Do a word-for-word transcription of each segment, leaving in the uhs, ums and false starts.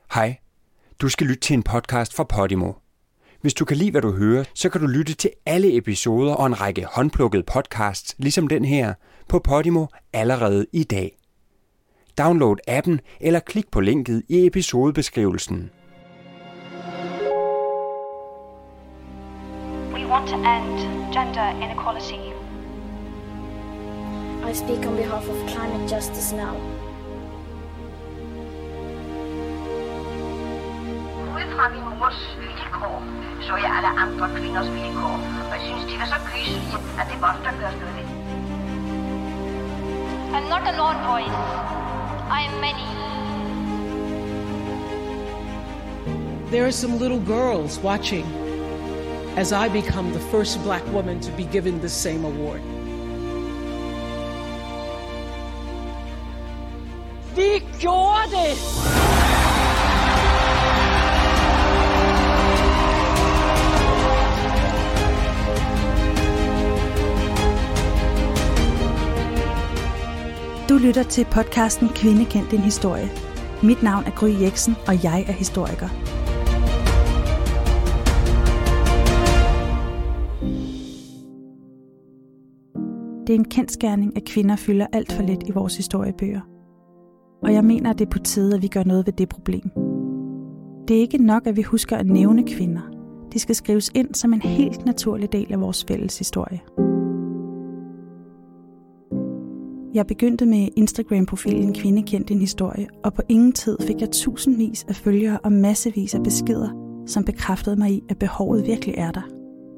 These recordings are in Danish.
Hej, du skal lytte til en podcast fra Podimo. Hvis du kan lide, hvad du hører, så kan du lytte til alle episoder og en række håndplukkede podcasts, ligesom den her, på Podimo allerede i dag. Download appen eller klik på linket i episodebeskrivelsen. We want to end gender inequality. I speak on behalf of climate justice now. Ud fra min mors vilkår, så jeg alle andre kvinders vilkår, og jeg synes, de var så gyselige, at det måtte der gøres noget ved. I'm not a lone voice. I am many. There are some little girls watching as I become the first black woman to be given the same award. Vi gjorde det! Du lytter til podcasten Kvinde Kend Din Historie. Mit navn er Gry Jeksen, og jeg er historiker. Det er en kendsgerning, at kvinder fylder alt for lidt i vores historiebøger. Og jeg mener, at det er på tide, at vi gør noget ved det problem. Det er ikke nok, at vi husker at nævne kvinder. De skal skrives ind som en helt naturlig del af vores fælles historie. Jeg begyndte med Instagram-profilen Kvinde Kend Din Historie, og på ingen tid fik jeg tusindvis af følgere og massevis af beskeder, som bekræftede mig i, at behovet virkelig er der.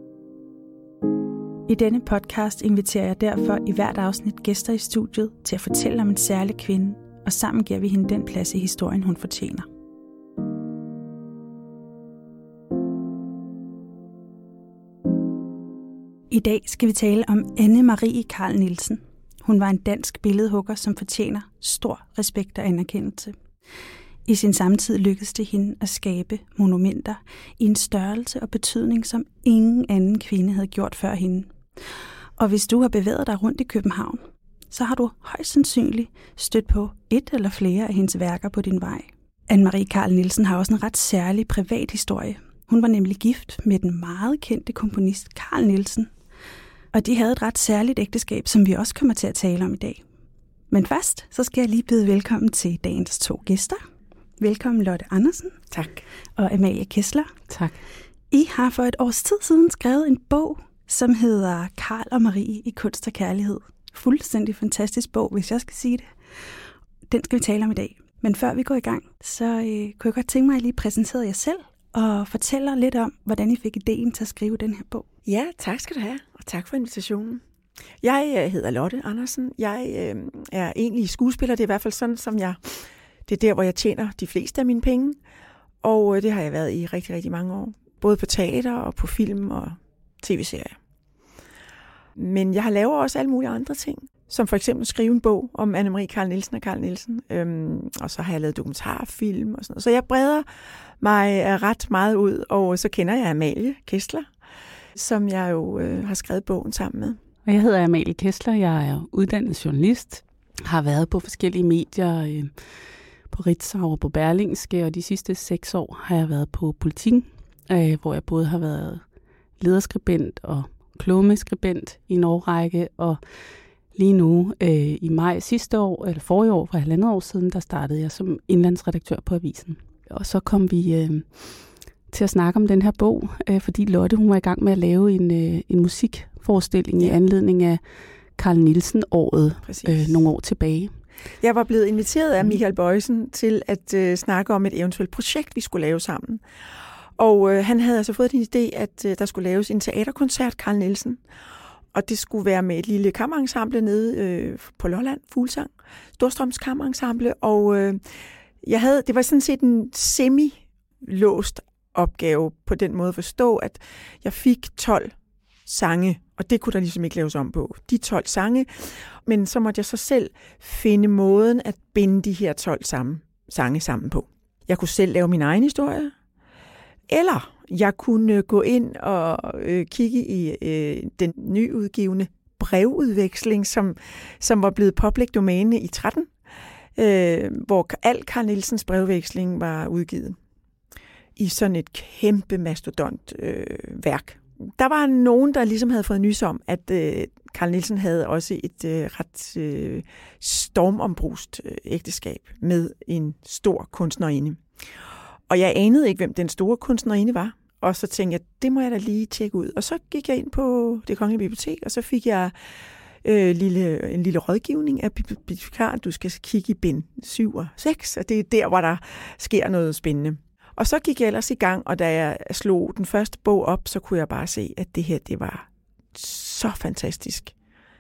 I denne podcast inviterer jeg derfor i hvert afsnit gæster i studiet til at fortælle om en særlig kvinde, og sammen giver vi hende den plads i historien, hun fortjener. I dag skal vi tale om Anne Marie Carl Nielsen. Hun var en dansk billedhugger, som fortjener stor respekt og anerkendelse. I sin samtid lykkedes det hende at skabe monumenter i en størrelse og betydning, som ingen anden kvinde havde gjort før hende. Og hvis du har bevæget dig rundt i København, så har du højst sandsynligt stødt på et eller flere af hendes værker på din vej. Anne Marie Carl Nielsen har også en ret særlig privat historie. Hun var nemlig gift med den meget kendte komponist Carl Nielsen, og de havde et ret særligt ægteskab, som vi også kommer til at tale om i dag. Men først, så skal jeg lige byde velkommen til dagens to gæster. Velkommen Lotte Andersen. Tak. Og Amalie Kessler. Tak. I har for et års tid siden skrevet en bog, som hedder Carl og Marie i kunst og kærlighed. Fuldstændig fantastisk bog, hvis jeg skal sige det. Den skal vi tale om i dag. Men før vi går i gang, så øh, kunne jeg godt tænke mig, at I lige præsenterede jer selv og fortæller lidt om, hvordan I fik ideen til at skrive den her bog. Ja, tak skal du have, og tak for invitationen. Jeg øh, hedder Lotte Andersen. Jeg øh, er egentlig skuespiller. Det er i hvert fald sådan, som jeg... Det er der, hvor jeg tjener de fleste af mine penge. Og øh, det har jeg været i rigtig, rigtig mange år. Både på teater og på film og tv-serier. Men jeg har lavet også alle mulige andre ting. Som for eksempel skrive en bog om Anne Marie Carl Nielsen og Carl Nielsen. Øhm, og så har jeg lavet dokumentarfilm og sådan noget. Så jeg breder mig ret meget ud. Og så kender jeg Amalie Kessler, som jeg jo øh, har skrevet bogen sammen med. Og jeg hedder Amalie Kessler. Jeg er uddannet journalist. Har været på forskellige medier. Øh, på Ritzau og på Berlingske. Og de sidste seks år har jeg været på Politiken. Øh, hvor jeg både har været lederskribent og klummeskribent i en årrække. Og lige nu, øh, i maj sidste år, eller forrige år, for halvandet år siden, der startede jeg som indlandsredaktør på avisen. Og så kom vi øh, til at snakke om den her bog, øh, fordi Lotte, hun var i gang med at lave en, øh, en musikforestilling ja. i anledning af Carl Nielsen-året øh, nogle år tilbage. Jeg var blevet inviteret af Michael Bøjsen til at øh, snakke om et eventuelt projekt, vi skulle lave sammen. Og øh, han havde altså fået den idé, at øh, der skulle laves en teaterkoncert, Carl Nielsen. Og det skulle være med et lille kammerensemble nede øh, på Lolland, Fuglsang, Storstrøms kammerensemble. Og øh, jeg havde, det var sådan set en semi-låst opgave på den måde at forstå, at jeg fik tolv sange, og det kunne der ligesom ikke laves om på. De tolv sange, men så måtte jeg så selv finde måden at binde de her tolv sammen, sange sammen på. Jeg kunne selv lave min egen historie, eller jeg kunne gå ind og øh, kigge i øh, den nyudgivne brevudveksling, som, som var blevet public domæne i tretten, øh, hvor al Carl Nielsens brevveksling var udgivet i sådan et kæmpe mastodont øh, værk. Der var nogen, der ligesom havde fået nys om, at øh, Carl Nielsen havde også et øh, ret øh, stormombrust øh, ægteskab med en stor kunstnerinde. Og jeg anede ikke, hvem den store kunstnerinde var. Og så tænkte jeg, det må jeg da lige tjekke ud. Og så gik jeg ind på Det Kongelige Bibliotek, og så fik jeg øh, lille, en lille rådgivning af bibliotekaren. Du skal kigge i bind syv og seks, og det er der, hvor der sker noget spændende. Og så gik jeg ellers i gang, og da jeg slog den første bog op, så kunne jeg bare se, at det her, det var så fantastisk.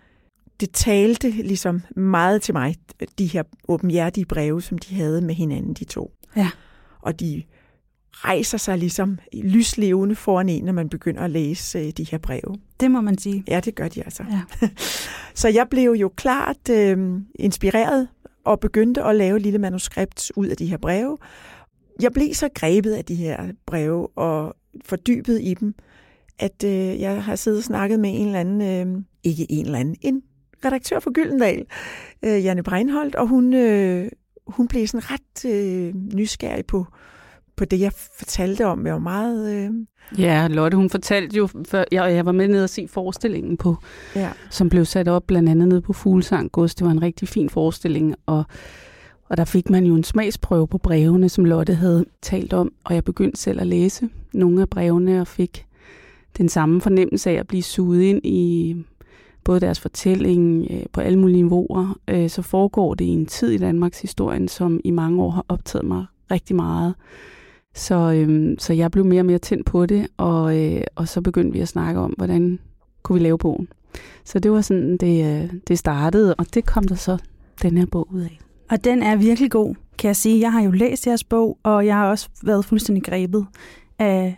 Det talte ligesom meget til mig, de her åbenhjertige breve, som de havde med hinanden, de to. Ja. Og de rejser sig ligesom lyslevende foran en, når man begynder at læse de her breve. Det må man sige. Ja, det gør de altså. Ja. Så jeg blev jo klart øh, inspireret og begyndte at lave et lille manuskript ud af de her breve. Jeg blev så grebet af de her breve og fordybet i dem, at øh, jeg har siddet og snakket med en eller anden, øh, ikke en eller anden, en redaktør for Gyldendal, øh, Janne Breinholt, og hun, øh, hun blev sådan ret øh, nysgerrig på, på det, jeg fortalte om. Jeg var meget... Øh... Ja, Lotte, hun fortalte jo, før jeg, jeg var med nede og se forestillingen på, ja. som blev sat op blandt andet nede på Fuglsang Gods. Det var en rigtig fin forestilling, og Og der fik man jo en smagsprøve på brevene, som Lotte havde talt om, og jeg begyndte selv at læse nogle af brevene og fik den samme fornemmelse af at blive suget ind i både deres fortælling på alle mulige niveauer. Så foregår det i en tid i Danmarks historie, som i mange år har optaget mig rigtig meget. Så, øhm, så jeg blev mere og mere tændt på det, og, øh, og så begyndte vi at snakke om, hvordan kunne vi lave bogen. Så det var sådan, det, det startede, og det kom der så den her bog ud af. Og den er virkelig god, kan jeg sige. Jeg har jo læst jeres bog, og jeg har også været fuldstændig grebet af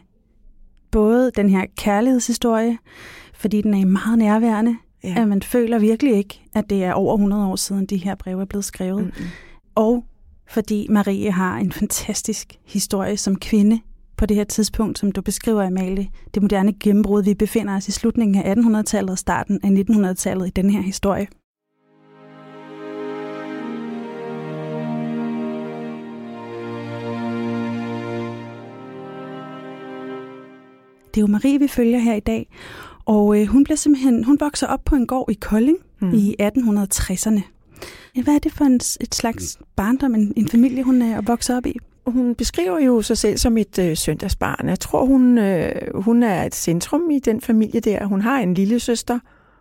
både den her kærlighedshistorie, fordi den er meget nærværende, ja. At man føler virkelig ikke, at det er over hundrede år siden, de her breve er blevet skrevet. Mm-hmm. Og fordi Marie har en fantastisk historie som kvinde på det her tidspunkt, som du beskriver, Amalie. Det moderne gennembrud, vi befinder os i slutningen af attenhundredetallet og starten af nittenhundredetallet i den her historie. Det er jo Marie, vi følger her i dag, og øh, hun bliver simpelthen, hun vokser op på en gård i Kolding mm. i atten tresserne. Hvad er det for en, et slags barndom, en, en familie, hun er vokset op i? Hun beskriver jo sig selv som et øh, søndagsbarn. Jeg tror, hun, øh, hun er et centrum i den familie der. Hun har en lille søster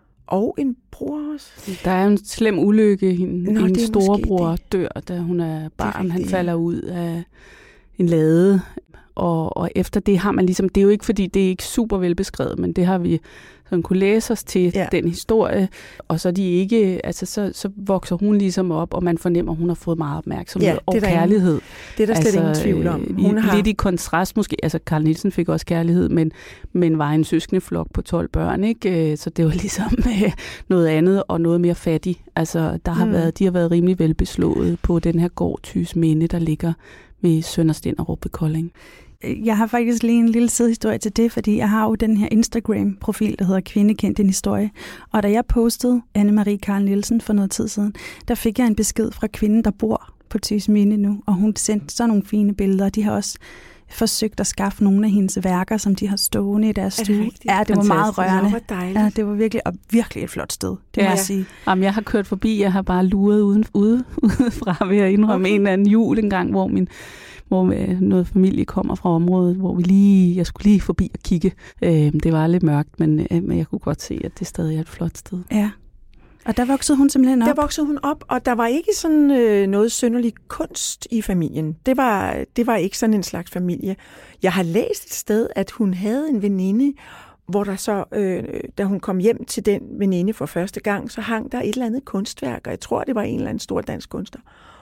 og en bror også. Der er en slem ulykke. Hendes Nå, storebror dør, da hun er barn. Er Han falder ud af en lade. Og, og efter det har man ligesom, det er jo ikke fordi, det er ikke super velbeskrevet, men det har vi sådan kunne læse os til, ja. Den historie, og så de ikke, altså så, så vokser hun ligesom op, og man fornemmer, at hun har fået meget opmærksomhed ja, og kærlighed. Ingen, det er der slet altså, ingen tvivl om. Hun i, har... Lidt i kontrast måske, altså Carl Nielsen fik også kærlighed, men, men var en søskendeflok på tolv børn, ikke? Så det var ligesom noget andet og noget mere fattig. Altså der har mm. været, de har været rimelig velbeslået på den her gård Tysminde, der ligger ved Sønder Stenderup ved Kolding. Jeg har faktisk lige en lille sidehistorie til det, fordi jeg har jo den her Instagram-profil, der hedder Kvinde kendt en historie. Og da jeg postede Anne-Marie Carl Nielsen for noget tid siden, der fik jeg en besked fra kvinden, der bor på Tysminde nu, og hun sendte sådan nogle fine billeder. De har også forsøgt at skaffe nogle af hendes værker, som de har stående i deres stue. Ja, det var meget rørende. Det var ja, det var virkelig, og virkelig et flot sted, det ja. må jeg sige. Jamen, jeg har kørt forbi, jeg har bare luret uden, ude, udefra ved at indrømme okay. en eller anden jul engang, hvor min hvor noget familie kommer fra området, hvor vi lige, jeg skulle lige forbi og kigge. Øh, det var lidt mørkt, men, øh, men jeg kunne godt se, at det stadig er et flot sted. Ja, og der voksede hun simpelthen op? Der voksede hun op, og der var ikke sådan øh, noget synderlig kunst i familien. Det var, det var ikke sådan en slags familie. Jeg har læst et sted, at hun havde en veninde, hvor der så, øh, da hun kom hjem til den veninde for første gang, så hang der et eller andet kunstværk, og jeg tror, det var en eller anden stor dansk kunstner,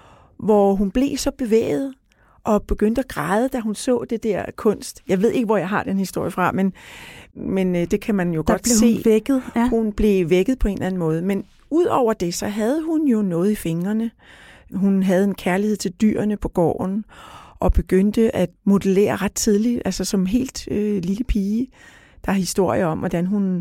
hvor hun blev så bevæget, og begyndte at græde, da hun så det der kunst. Jeg ved ikke, hvor jeg har den historie fra, men, men det kan man jo der godt blev se. Hun vækket, ja. Hun blev vækket på en eller anden måde. Men ud over det, så havde hun jo noget i fingrene. Hun havde en kærlighed til dyrene på gården, og begyndte at modellere ret tidligt, altså som helt øh, lille pige. Der er historier om, hvordan hun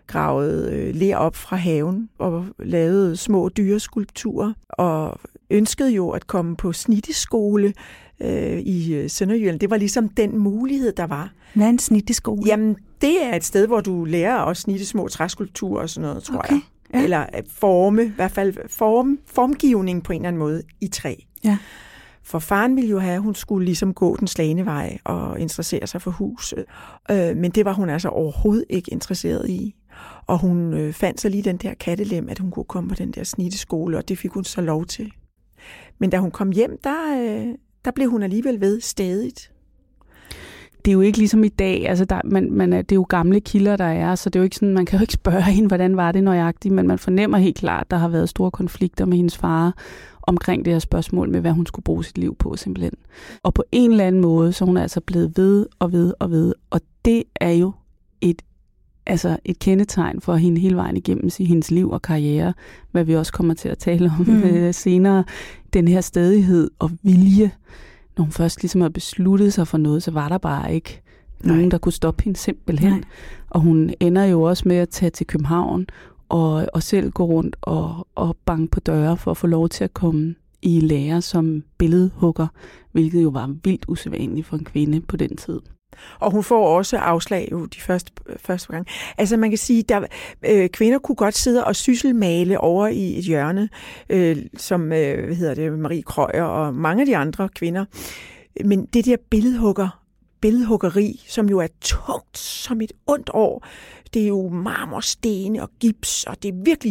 gravede øh, ler op fra haven og lavede små dyreskulpturer, og ønskede jo at komme på snitteskole øh, i Sønderjylland. Det var ligesom den mulighed, der var. Hvad er en snitteskole? Jamen, det er et sted, hvor du lærer at snitte små træskulpturer og sådan noget, tror okay. jeg. Ja. Eller forme, i hvert fald form, formgivning på en eller anden måde i træ. Ja. For faren ville jo have, at hun skulle ligesom gå den slagne vej og interessere sig for huset. Øh, men det var hun altså overhovedet ikke interesseret i. Og hun øh, fandt så lige den der kattelem, at hun kunne komme på den der snitteskole, og det fik hun så lov til. Men da hun kom hjem, der, øh, der blev hun alligevel ved stadigt. Det er jo ikke ligesom i dag, altså der, man, man er, det er jo gamle kilder, der er, så det er jo ikke sådan, man kan jo ikke spørge hende, hvordan var det nøjagtigt, men man fornemmer helt klart, at der har været store konflikter med hendes far omkring det her spørgsmål med, hvad hun skulle bruge sit liv på simpelthen. Og på en eller anden måde, så hun er altså blevet ved og ved og ved, og det er jo et, altså et kendetegn for hende hele vejen igennem i hendes liv og karriere, hvad vi også kommer til at tale om mm. senere, den her stædighed og vilje. Når hun først ligesom har besluttet sig for noget, så var der bare ikke Nej. nogen, der kunne stoppe hende simpelthen. Nej. Og hun ender jo også med at tage til København og, og selv gå rundt og, og banke på døre for at få lov til at komme i lære som billedhugger, hvilket jo var vildt usædvanligt for en kvinde på den tid. Og hun får også afslag jo de første, første gang. Altså man kan sige, at øh, kvinder kunne godt sidde og sysselmale over i et hjørne, øh, som øh, hvad hedder det, Marie Krøyer og mange af de andre kvinder. Men det der billedhugger, billedhuggeri, som jo er tungt som et ondt år, det er jo marmorstene og gips, og det er virkelig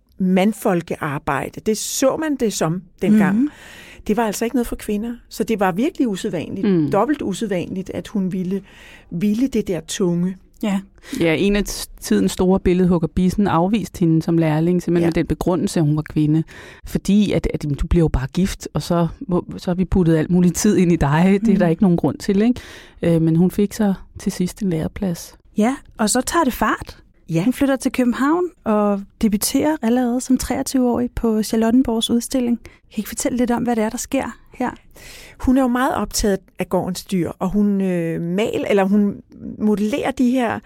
mandfolkearbejde. Det så man det som dengang. Mm-hmm. Det var altså ikke noget for kvinder, så det var virkelig usædvanligt, mm. dobbelt usædvanligt, at hun ville, ville det der tunge. Ja. ja, en af tidens store billedhugger Bissen afviste hende som lærling, simpelthen ja. med den begrundelse, at hun var kvinde. Fordi at, at du bliver jo bare gift, og så, så har vi puttet alt muligt tid ind i dig. Det er mm. der ikke nogen grund til, ikke? Øh, men hun fik så til sidst en læreplads. Ja, og så tager det fart. Ja. Hun flytter til København og debuterer allerede som treogtyve-årig på Charlottenborgs udstilling. Kan I ikke fortælle lidt om, hvad det er, der sker her? Hun er jo meget optaget af gårdens dyr, og hun øh, mal, eller hun modellerer de her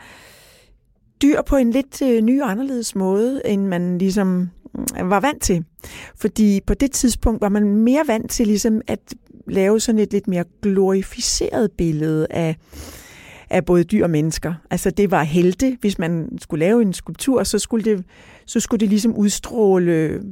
dyr på en lidt øh, ny og anderledes måde, end man ligesom øh, var vant til. Fordi på det tidspunkt var man mere vant til ligesom at lave sådan et lidt mere glorificeret billede af af både dyr og mennesker. Altså det var helte. Hvis man skulle lave en skulptur, så skulle det, så skulle det ligesom udstråle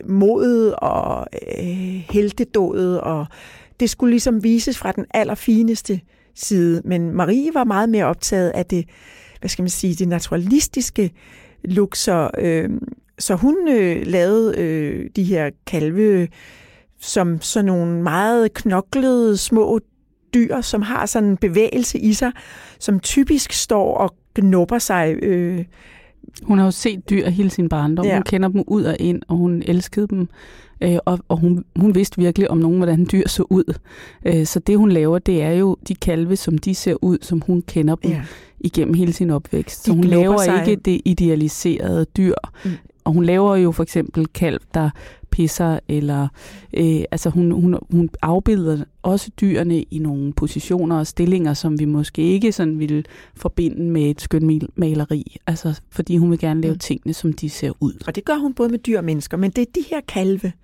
modet og øh, heltedådet, og det skulle ligesom vises fra den allerfineste side. Men Marie var meget mere optaget af det, hvad skal man sige, det naturalistiske look, så, øh, så hun øh, lavede øh, de her kalve som sådan nogle meget knoklede små dyr, som har sådan en bevægelse i sig, som typisk står og gnubber sig. Øh. Hun har jo set dyr hele sin barndom. Ja. Hun kender dem ud og ind, og hun elskede dem. Øh, og og hun, hun vidste virkelig om nogen, hvordan dyr så ud. Øh, så det, hun laver, det er jo de kalve, som de ser ud, som hun kender dem ja. igennem hele sin opvækst. Så hun laver sig. ikke det idealiserede dyr. Mm. Og hun laver jo for eksempel kalv, der pisser, eller øh, altså hun, hun, hun afbilder også dyrene i nogle positioner og stillinger, som vi måske ikke sådan ville forbinde med et skønt maleri, altså fordi hun vil gerne lave mm. tingene, som de ser ud. Og det gør hun både med dyr og mennesker, men det er de her kalve,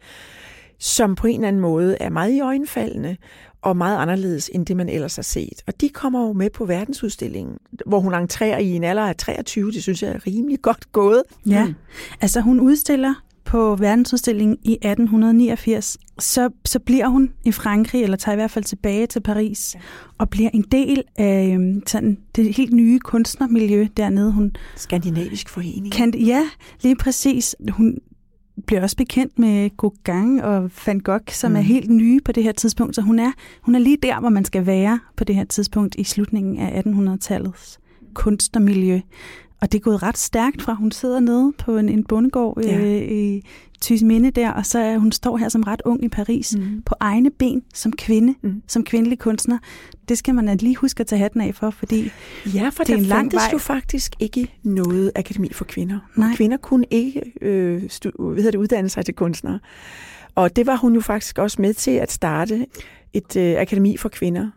som på en eller anden måde er meget i øjenfaldende og meget anderledes end det, man ellers har set. Og de kommer jo med på verdensudstillingen, hvor hun entrerer i en alder af treogtyve. Det synes jeg er rimelig godt gået. Ja, mm. altså hun udstiller på verdensudstillingen i atten niogfirs, så, så bliver hun i Frankrig, eller tager i hvert fald tilbage til Paris, ja. og bliver en del af sådan, det helt nye kunstnermiljø dernede. Hun, Skandinavisk forening. Kan, ja, lige præcis. Hun bliver også bekendt med Gauguin og Van Gogh, som mm. er helt nye på det her tidspunkt, så hun er, hun er lige der, hvor man skal være på det her tidspunkt i slutningen af attenhundredetallets kunstnermiljø. Og det er gået ret stærkt fra, hun sidder nede på en, en bondegård ja. øh, i Tyseminde der, og så er hun står her som ret ung i Paris, mm. på egne ben som kvinde, mm. som kvindelig kunstner. Det skal man lige huske at tage hatten af for, fordi ja, for det er en lang vej. jo faktisk ikke noget akademi for kvinder. Nej. Kvinder kunne ikke øh, stu- hvad hedder det, uddanne sig til kunstnere. Og det var hun jo faktisk også med til at starte et øh, akademi for kvinder.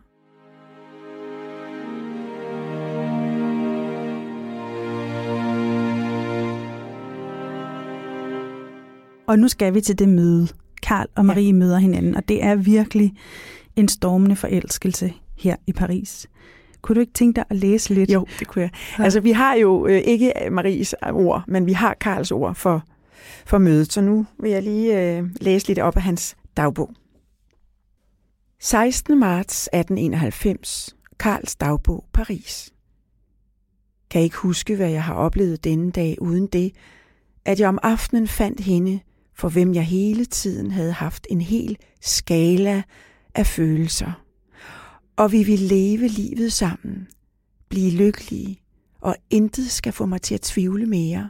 Og nu skal vi til det møde. Karl og Marie ja. møder hinanden, og det er virkelig en stormende forelskelse her i Paris. Kunne du ikke tænke dig at læse lidt? Jo, det kunne jeg. Ja. Altså, vi har jo øh, ikke Maries ord, men vi har Karls ord for, for mødet, så nu vil jeg lige øh, læse lidt op af hans dagbog. sekstende marts atten enoghalvfems. Karls dagbog, Paris. Kan ikke huske, hvad jeg har oplevet denne dag uden det, at jeg om aftenen fandt hende, for hvem jeg hele tiden havde haft en hel skala af følelser. Og vi vil leve livet sammen, blive lykkelige, og intet skal få mig til at tvivle mere.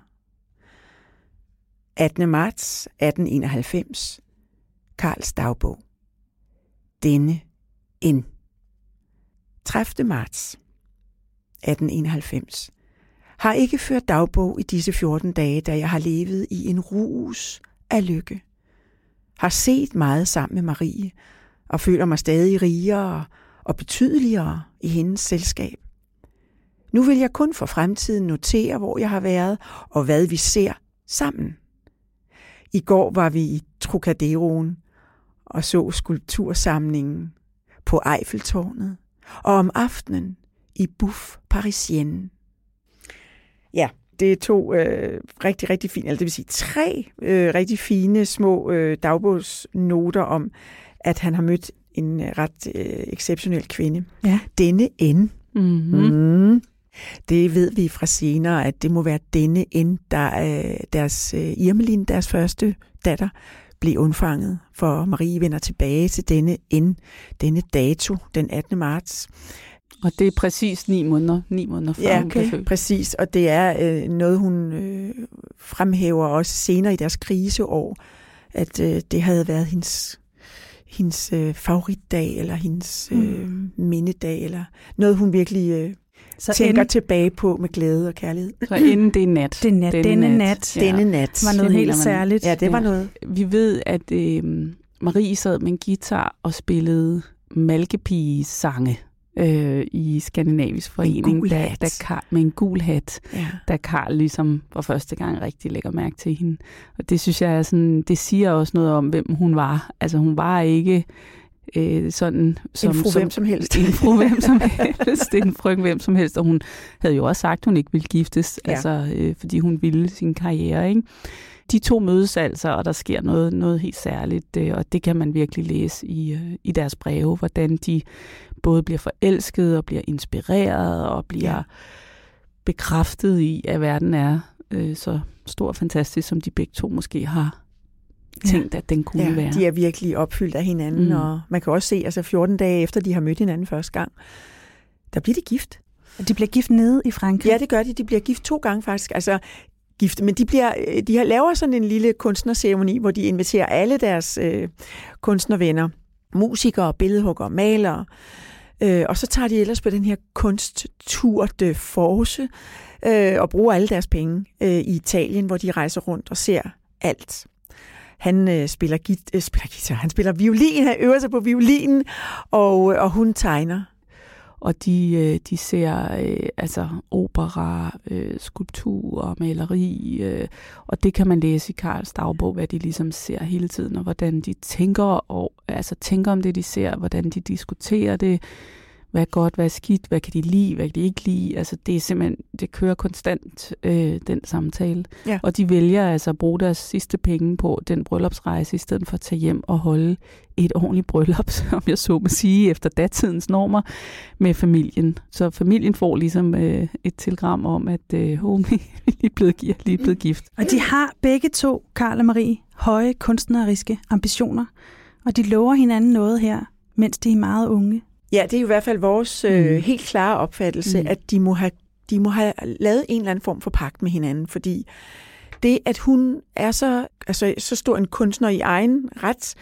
attende marts atten enoghalvfems. Karls dagbog. Denne N. tredivte marts atten enoghalvfems. Har ikke ført dagbog i disse fjorten dage, da jeg har levet i en rus af lykke. Har set meget sammen med Marie, og føler mig stadig rigere og betydeligere i hendes selskab. Nu vil jeg kun for fremtiden notere, hvor jeg har været, og hvad vi ser sammen. I går var vi i Trocaderoen og så skulptursamlingen på Eiffeltårnet, og om aftenen i Bouffe Parisienne. Ja, det er to øh, rigtig, rigtig fine, eller det vil sige tre øh, rigtig fine små øh, dagbogsnoter om, at han har mødt en øh, ret øh, exceptionel kvinde. Ja. Denne N. Mm-hmm. Mm. Det ved vi fra senere, at det må være denne N, der øh, deres øh, Irmelin, deres første datter, blev undfanget, for Marie vender tilbage til denne N, denne dato, den attende marts. Og det er præcis ni måneder, ni måneder før ja, hun kan føde. Præcis, og det er øh, noget, hun øh, fremhæver også senere i deres kriseår, at øh, det havde været hendes, hendes øh, favoritdag, eller hendes øh, mm. mindedag, eller noget, hun virkelig øh, så tænker inden, tilbage på med glæde og kærlighed. Så inden det er nat. Det er nat. Denne, denne nat. nat. Ja. Denne nat. Var noget det helt særligt. Ja, det var ja. noget. Vi ved, at øh, Marie sad med en guitar og spillede malkepige-sange øh, i Skandinavisk Forening, da, da Karl, med en gul hat, ja. da Karl ligesom for første gang rigtig lægger mærke til hende. Og det synes jeg er sådan, det siger også noget om, hvem hun var. Altså hun var ikke øh, sådan som en fru som, hvem som helst. En fru hvem som helst. En frøken hvem som helst. Og hun havde jo også sagt, at hun ikke ville giftes, ja. altså øh, fordi hun ville sin karriere, ikke? De to mødes altså, og der sker noget, noget helt særligt, og det kan man virkelig læse i, i deres breve, hvordan de både bliver forelskede og bliver inspireret og bliver ja. bekræftet i, at verden er øh, så stor og fantastisk, som de begge to måske har tænkt, ja. at den kunne ja, være. De er virkelig opfyldt af hinanden, mm. og man kan også se, altså fjorten dage efter de har mødt hinanden første gang, der bliver de gift. De bliver gift nede i Frankrig? Ja, det gør de. De bliver gift to gange faktisk. Altså gift, men de bliver de laver sådan en lille kunstnerceremoni, hvor de inviterer alle deres øh, kunstnervenner, musikere, billedhuggere, malere, øh, og så tager de ellers på den her kunsttur de force øh, og bruger alle deres penge øh, i Italien, hvor de rejser rundt og ser alt. Han øh, spiller, git- øh, spiller guitar, han spiller violin, han øver sig på violinen, og, og hun tegner. Og de, de ser øh, altså opera, øh, skulptur, maleri, øh, og det kan man læse i Karls dagbog, hvad de ligesom ser hele tiden, og hvordan de tænker, og, altså tænker om det, de ser, hvordan de diskuterer det, hvad er godt, hvad er skidt, hvad kan de lide, hvad kan de ikke lide. Altså det er simpelthen, det kører konstant, øh, den samtale. Ja. Og de vælger altså at bruge deres sidste penge på den bryllupsrejse, i stedet for at tage hjem og holde et ordentligt bryllup, som jeg så må sige, efter datidens normer med familien. Så familien får ligesom øh, et telegram om, at øh, oh, vi er lige blevet, lige blevet gift. Og de har begge to, Karl og Marie, høje kunstneriske ambitioner, og de lover hinanden noget her, mens de er meget unge. Ja, det er jo i hvert fald vores øh, mm. helt klare opfattelse, mm. at de må, have, de må have lavet en eller anden form for pagt med hinanden, fordi det, at hun er så, altså, så stor en kunstner i egen ret,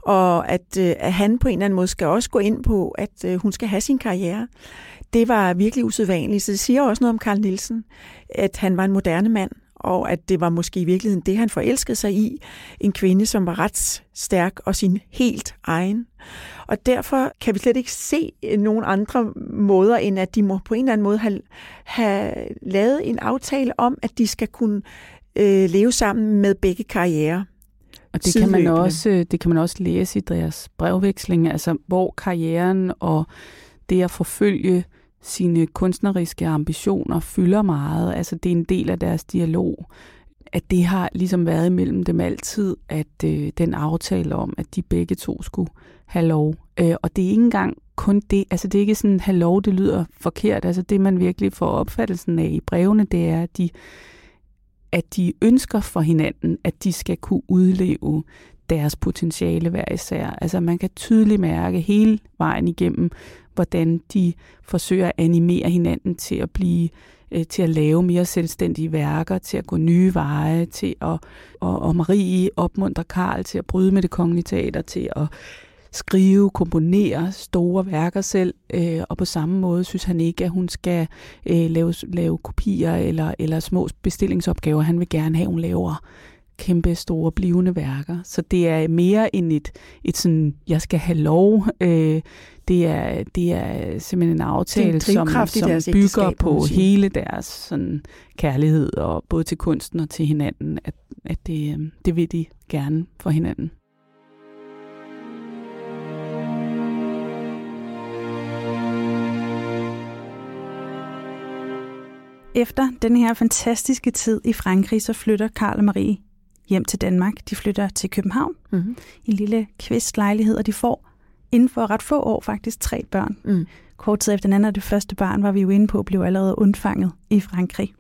og at, øh, at han på en eller anden måde skal også gå ind på, at øh, hun skal have sin karriere, det var virkelig usædvanligt. Så det siger også noget om Carl Nielsen, at han var en moderne mand, og at det var måske i virkeligheden det, han forelskede sig i. En kvinde, som var ret stærk og sin helt egen. Og derfor kan vi slet ikke se nogen andre måder, end at de må på en eller anden måde have, have lavet en aftale om, at de skal kunne øh, leve sammen med begge karrierer. Og det kan, man også, det kan man også læse i deres brevveksling, altså hvor karrieren og det at forfølge sine kunstneriske ambitioner fylder meget. Altså det er en del af deres dialog, at det har ligesom været imellem dem altid, at øh, den aftale om, at de begge to skulle have lov. Øh, og det er ikke engang kun det, altså det er ikke sådan, have lov, det lyder forkert. Altså det, man virkelig får opfattelsen af i brevene, det er, at de, at de ønsker for hinanden, at de skal kunne udleve deres potentiale hver især. Altså man kan tydeligt mærke hele vejen igennem, hvordan de forsøger at animere hinanden til at blive, øh, til at lave mere selvstændige værker, til at gå nye veje, til at, og, og Marie opmuntrer Karl til at bryde med Det Kongelige Teater, til at skrive, komponere store værker selv, øh, og på samme måde synes han ikke, at hun skal øh, lave, lave kopier eller, eller små bestillingsopgaver. Han vil gerne have, at hun laver kæmpe store blivende værker. Så det er mere end et, et sådan, jeg skal have lov. Øh, det, er, det er simpelthen en aftale, en som, som bygger på hele deres sådan, kærlighed, og både til kunsten og til hinanden, at, at det, det vil de gerne for hinanden. Efter den her fantastiske tid i Frankrig, så flytter Karl og Marie hjem til Danmark. De flytter til København, mm-hmm. i en lille kvistlejlighed, og de får inden for ret få år faktisk tre børn. Mm. Kort tid efter den anden og det første barn, var vi jo inde på, blev allerede undfanget i Frankrig.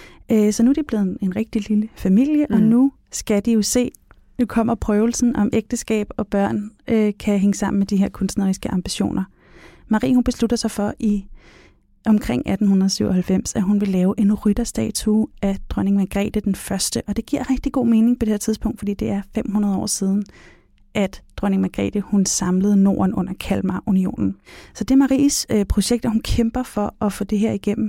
Så nu er de blevet en rigtig lille familie, mm. og nu skal de jo se, nu kommer prøvelsen om ægteskab og børn øh, kan hænge sammen med de her kunstneriske ambitioner. Marie, hun beslutter sig for i omkring atten syvoghalvfems, at hun vil lave en rytterstatue af dronning Margrethe den første. Og det giver rigtig god mening på det her tidspunkt, fordi det er fem hundrede år siden, at dronning Margrethe, hun samlede Norden under Kalmarunionen. Så det er Maries øh, projekt, og hun kæmper for at få det her igennem.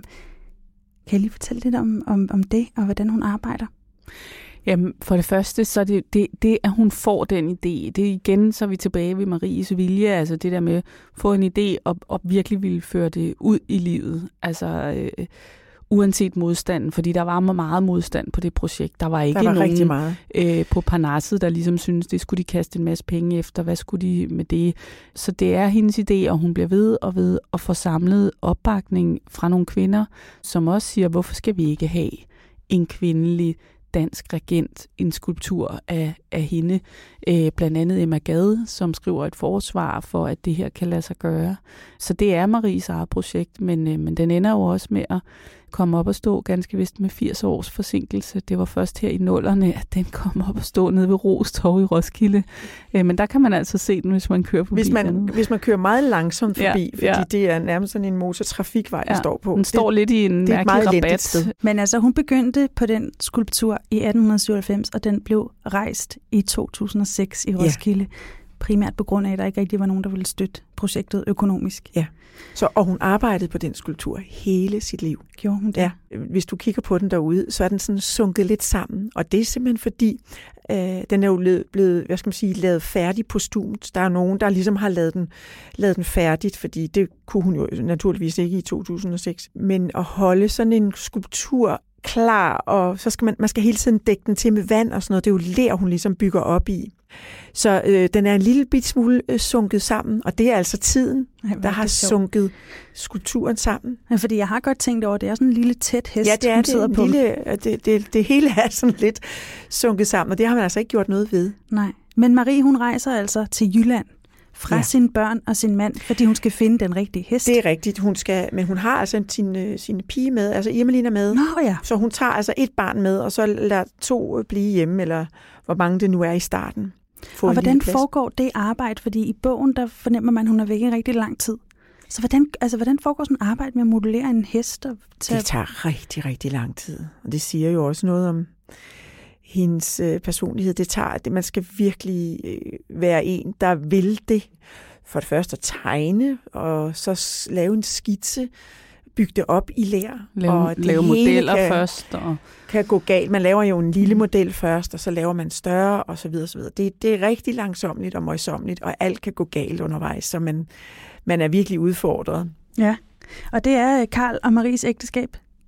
Kan jeg lige fortælle lidt om, om, om det, og hvordan hun arbejder? Jamen, for det første, så er det, det, det, at hun får den idé. Det er igen, så er vi tilbage ved Maries vilje, altså det der med at få en idé og, og virkelig ville føre det ud i livet. Altså øh, uanset modstanden, fordi der var meget modstand på det projekt. Der var ikke der var nogen rigtig meget. Øh, på Parnasset, der ligesom synes, det skulle de kaste en masse penge efter. Hvad skulle de med det? Så det er hendes idé, og hun bliver ved og ved at få samlet opbakning fra nogle kvinder, som også siger, hvorfor skal vi ikke have en kvindelig dansk regent, en skulptur af, af hende, øh, blandt andet Emma Gade, som skriver et forsvar for, at det her kan lade sig gøre. Så det er Maries eget projekt, men, øh, men den ender jo også med at komme op og stå ganske vist med firs års forsinkelse. Det var først her i nullerne, at den kom op og stå nede ved Rostorv i Roskilde. Øh, men der kan man altså se den, hvis man kører forbi. Hvis man, hvis man kører meget langsomt forbi, ja, fordi ja. det er nærmest sådan en motortrafikvej, ja, der står på. Den det, står lidt i en mærkelig rabat. Men altså, hun begyndte på den skulptur i atten syvoghalvfems, og den blev rejst i to tusind og seks i Roskilde. Ja. Primært på grund af, at der ikke rigtig var nogen, der ville støtte projektet økonomisk. Ja. Så, og hun arbejdede på den skulptur hele sit liv. Gjorde hun det? Ja. Hvis du kigger på den derude, så er den sådan sunket lidt sammen. Og det er simpelthen fordi, øh, den er jo blevet, hvad skal man sige, lavet færdig postumt. Der er nogen, der ligesom har lavet den, lavet den færdigt, fordi det kunne hun jo naturligvis ikke i to tusind og seks. Men at holde sådan en skulptur klar, og så skal man, man skal hele tiden dække den til med vand og sådan noget. Det er jo ler, hun ligesom bygger op i. Så øh, den er en lille bit smule øh, sunket sammen, og det er altså tiden, Ej, der har sunket skulpturen sammen. Ja, fordi jeg har godt tænkt over, det er sådan en lille tæt hest, ja, det er hun det, sidder på. Lille, det, det, det hele er sådan lidt sunket sammen, og det har man altså ikke gjort noget ved. Nej, men Marie, hun rejser altså til Jylland fra ja. sine børn og sin mand, fordi hun skal finde den rigtige hest. Det er rigtigt, hun skal, men hun har altså sin, sin pige med, altså Irmelin er med. Nå ja. Så hun tager altså et barn med, og så lader to blive hjemme, eller hvor mange det nu er i starten. Og hvordan foregår det arbejde? Fordi i bogen, der fornemmer man, at hun er væk i rigtig lang tid. Så hvordan, altså, hvordan foregår sådan et arbejde med at modellere en hest? Og tage... Det tager rigtig, rigtig lang tid. Og det siger jo også noget om hendes øh, personlighed. Det tager, det, man skal virkelig øh, være en, der vil det. For det første at tegne, og så lave en skitse, bygge det op i ler. Lave, og det lave modeller kan, først. Og... kan gå galt. Man laver jo en lille model først, og så laver man større, og så videre, så videre. Det, det er rigtig langsomligt og møjsomligt, og alt kan gå galt undervejs, så man, man er virkelig udfordret. Ja, og det er Karl og Maries ægteskab.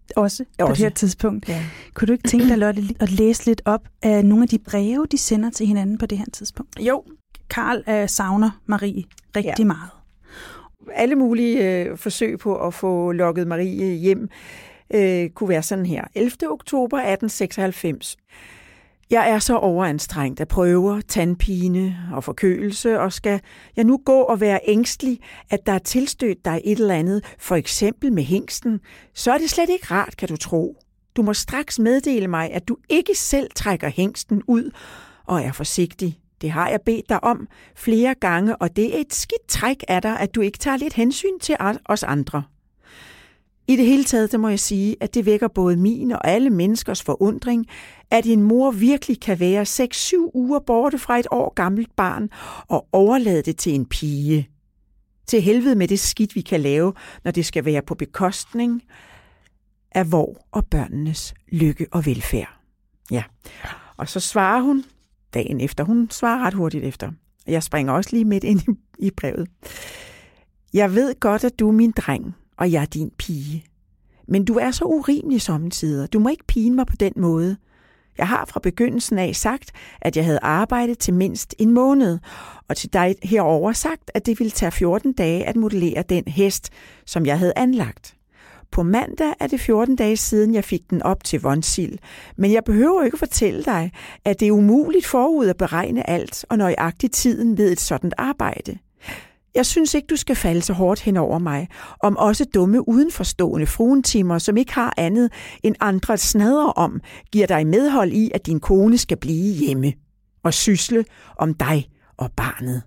også på også. det her tidspunkt. Ja. Kunne du ikke tænke dig, Lotte, at læse lidt op af nogle af de breve, de sender til hinanden på det her tidspunkt? Jo. Karl uh, savner Marie rigtig ja. meget. Alle mulige øh, forsøg på at få lokket Marie hjem øh, kunne være sådan her. ellevte oktober atten seksoghalvfems. Jeg er så overanstrengt af prøver, tandpine og forkølelse, og skal jeg nu gå og være ængstelig, at der er tilstødt dig et eller andet, for eksempel med hængsten, så er det slet ikke rart, kan du tro. Du må straks meddele mig, at du ikke selv trækker hængsten ud og er forsigtig. Det har jeg bedt dig om flere gange, og det er et skidt træk af dig, at du ikke tager lidt hensyn til os andre. I det hele taget, der må jeg sige, at det vækker både min og alle menneskers forundring, at en mor virkelig kan være seks syv uger borte fra et år gammelt barn og overlade det til en pige. Til helvede med det skidt, vi kan lave, når det skal være på bekostning af vor og børnenes lykke og velfærd. Ja, og så svarer hun dagen efter. Hun svarer ret hurtigt efter. Jeg springer også lige midt ind i, i brevet. Jeg ved godt, at du er min dreng, og jeg er din pige. Men du er så urimelig sommetider. Du må ikke pine mig på den måde. Jeg har fra begyndelsen af sagt, at jeg havde arbejdet til mindst en måned, og til dig herover sagt, at det ville tage fjorten dage at modellere den hest, som jeg havde anlagt. På mandag er det fjorten dage siden, jeg fik den op til Vonsild, men jeg behøver ikke fortælle dig, at det er umuligt forud at beregne alt og nøjagtigt tiden ved et sådan arbejde. Jeg synes ikke, du skal falde så hårdt hen over mig, om også dumme udenforstående fruentimer, som ikke har andet end andre at snadre om, giver dig medhold i, at din kone skal blive hjemme og sysle om dig og barnet.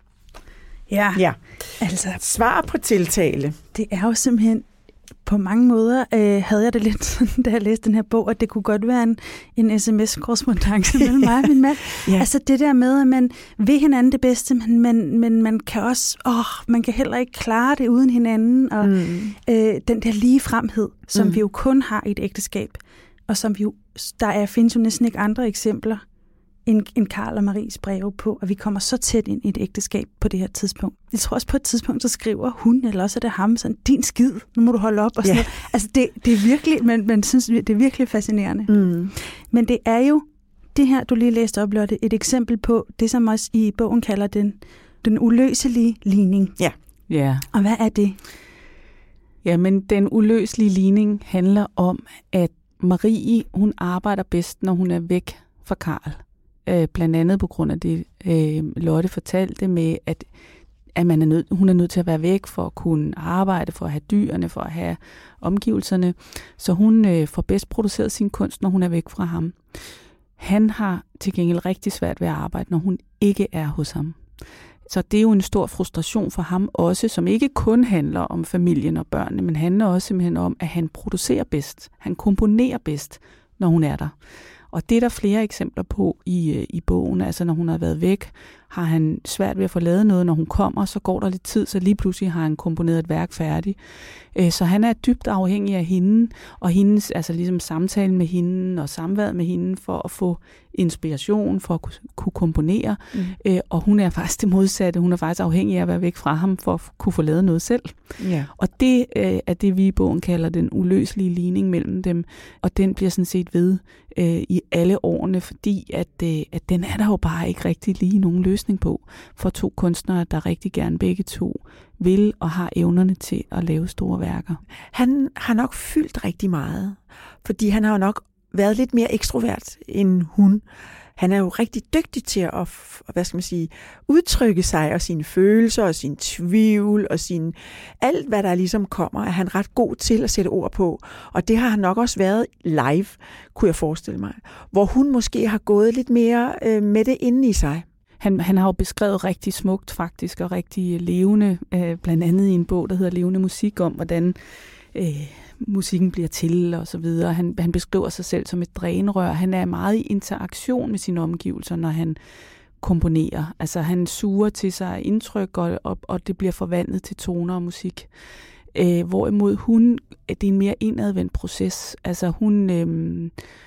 Ja, ja. altså svar på tiltale. Det er jo simpelthen på mange måder øh, havde jeg det lidt sådan, da jeg læste den her bog, at det kunne godt være en, en sms-korrespondance mellem mig og min mand. Ja. Altså det der med, at man vil hinanden det bedste, men, men, men man kan også, åh, man kan heller ikke klare det uden hinanden, og mm. øh, den der ligefremhed, som mm. vi jo kun har i et ægteskab, og som vi jo, der er, findes jo næsten ikke andre eksempler, end, end Karl og Maries breve på, og vi kommer så tæt ind i et ægteskab på det her tidspunkt. Jeg tror også på et tidspunkt, så skriver hun, eller også er det ham, sådan, din skid, nu må du holde op, og sådan ja. noget. Altså det, det er virkelig, man, man synes, det er virkelig fascinerende. Mm. Men det er jo, det her, du lige læste op, Lotte, et eksempel på det, som også i bogen kalder den, den uløselige ligning. Ja. Ja. Og hvad er det? Jamen, den uløselige ligning handler om, at Marie, hun arbejder bedst, når hun er væk fra Karl. Øh, blandt andet på grund af det, øh, Lotte fortalte med, at, at man er nød, hun er nødt til at være væk for at kunne arbejde, for at have dyrene, for at have omgivelserne. Så hun øh, får bedst produceret sin kunst, når hun er væk fra ham. Han har til gengæld rigtig svært ved at arbejde, når hun ikke er hos ham. Så det er jo en stor frustration for ham også, som ikke kun handler om familien og børnene, men handler også simpelthen om, at han producerer bedst. Han komponerer bedst, når hun er der. Og det er der flere eksempler på i, i bogen. Altså når hun har været væk, har han svært ved at få lavet noget. Når hun kommer, så går der lidt tid, så lige pludselig har han komponeret et værk færdigt. Så han er dybt afhængig af hende, og hendes, altså ligesom samtalen med hende og samværet med hende for at få inspiration, for at kunne komponere. Mm. Og hun er faktisk det modsatte. Hun er faktisk afhængig af at være væk fra ham for at kunne få lavet noget selv. Ja. Og det er det, vi i bogen kalder den uløselige ligning mellem dem. Og den bliver sådan set ved i alle årene, fordi at, at den er der jo bare ikke rigtig lige nogen løsning på for to kunstnere, der rigtig gerne begge to vil og har evnerne til at lave store værker. Han har nok fyldt rigtig meget, fordi han har jo nok været lidt mere ekstrovert end hun. Han er jo rigtig dygtig til at, hvad skal man sige, udtrykke sig og sine følelser og sin tvivl og sin alt, hvad der ligesom kommer, er han ret god til at sætte ord på. Og det har han nok også været live, kunne jeg forestille mig. Hvor hun måske har gået lidt mere øh, med det inde i sig. Han, han har jo beskrevet rigtig smukt faktisk og rigtig levende, øh, blandt andet i en bog, der hedder Levende musik, om hvordan øh, musikken bliver til og så videre. Han, han beskriver sig selv som et drænrør. Han er meget i interaktion med sine omgivelser, når han komponerer. Altså han suger til sig indtryk, og, og, og det bliver forvandlet til toner og musik. Øh, hvorimod hun, det er en mere indadvendt proces. Altså hun... Øh,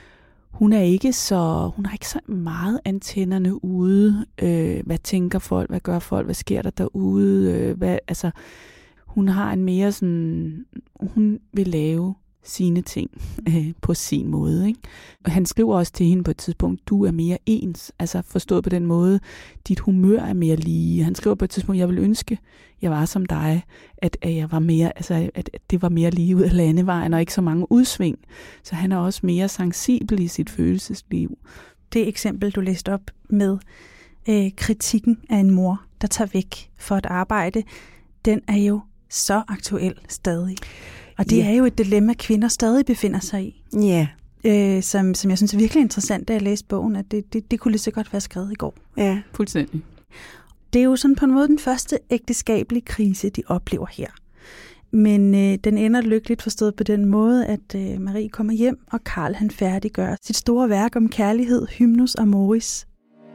Hun er ikke så, hun har ikke så meget antennerne ude. Øh, hvad tænker folk? Hvad gør folk? Hvad sker der derude? Øh, hvad, altså, hun har en mere sådan, hun vil lave sine ting øh, på sin måde. Ikke? Og han skriver også til hende på et tidspunkt, du er mere ens, altså forstået på den måde, dit humør er mere lige. Han skriver på et tidspunkt, jeg vil ønske, jeg var som dig, at, at jeg var mere, altså at, at det var mere lige ud af landevejen, og ikke så mange udsving. Så han er også mere sensibel i sit følelsesliv. Det eksempel, du læste op med øh, kritikken af en mor, der tager væk for et arbejde, den er jo så aktuel stadig. Og det yeah. er jo et dilemma, kvinder stadig befinder sig i. Ja. Yeah. Øh, som, som jeg synes er virkelig interessant, da jeg læste bogen, at det, det, det kunne lige så godt være skrevet i går. Ja, yeah. Fuldstændig. Det er jo sådan på en måde den første ægteskabelige krise, de oplever her. Men øh, den ender lykkeligt forstået på den måde, at øh, Marie kommer hjem, og Karl han færdiggør sit store værk om kærlighed, Hymnus Amoris.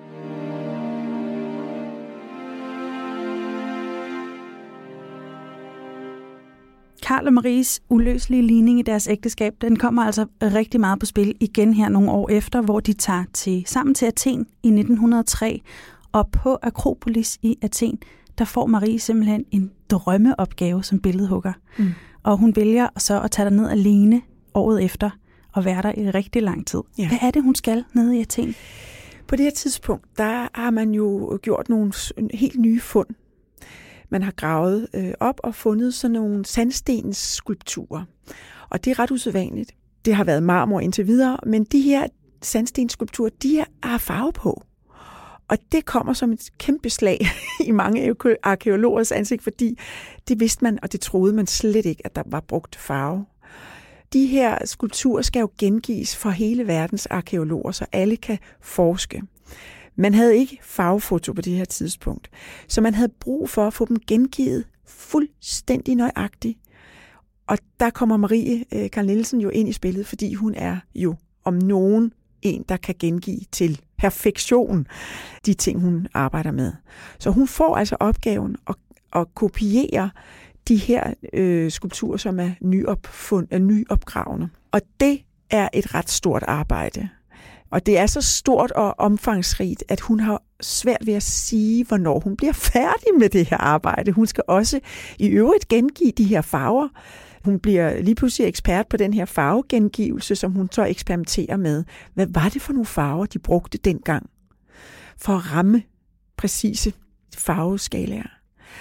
Karl og Maries uløselige ligning i deres ægteskab, den kommer altså rigtig meget på spil igen her nogle år efter, hvor de tager til, sammen til Athen i nitten hundrede og tre, og på Akropolis i Athen, der får Marie simpelthen en drømmeopgave som billedhugger. Mm. Og hun vælger så at tage derned alene året efter og være der i rigtig lang tid. Ja. Hvad er det, hun skal nede i Athen? På det her tidspunkt, der har man jo gjort nogle helt nye fund. Man har gravet øh, op og fundet sådan nogle sandstensskulpturer. Og det er ret usædvanligt. Det har været marmor indtil videre, men de her sandstensskulpturer, de har farve på. Og det kommer som et kæmpe slag i mange arkæologers ansigt, fordi det vidste man, og det troede man slet ikke, at der var brugt farve. De her skulpturer skal jo gengives for hele verdens arkæologer, så alle kan forske. Man havde ikke farvefoto på det her tidspunkt, så man havde brug for at få dem gengivet fuldstændig nøjagtigt. Og der kommer Marie øh, Carl Nielsen jo ind i spillet, fordi hun er jo om nogen en, der kan gengive til perfektion de ting, hun arbejder med. Så hun får altså opgaven at, at kopiere de her øh, skulpturer, som er nyopfund, er nyopgravende. Og det er et ret stort arbejde. Og det er så stort og omfangsrigt, at hun har svært ved at sige, hvornår hun bliver færdig med det her arbejde. Hun skal også i øvrigt gengive de her farver. Hun bliver lige pludselig ekspert på den her farvegengivelse, som hun så eksperimenterer med. Hvad var det for nogle farver, de brugte dengang for at ramme præcise farveskalaer?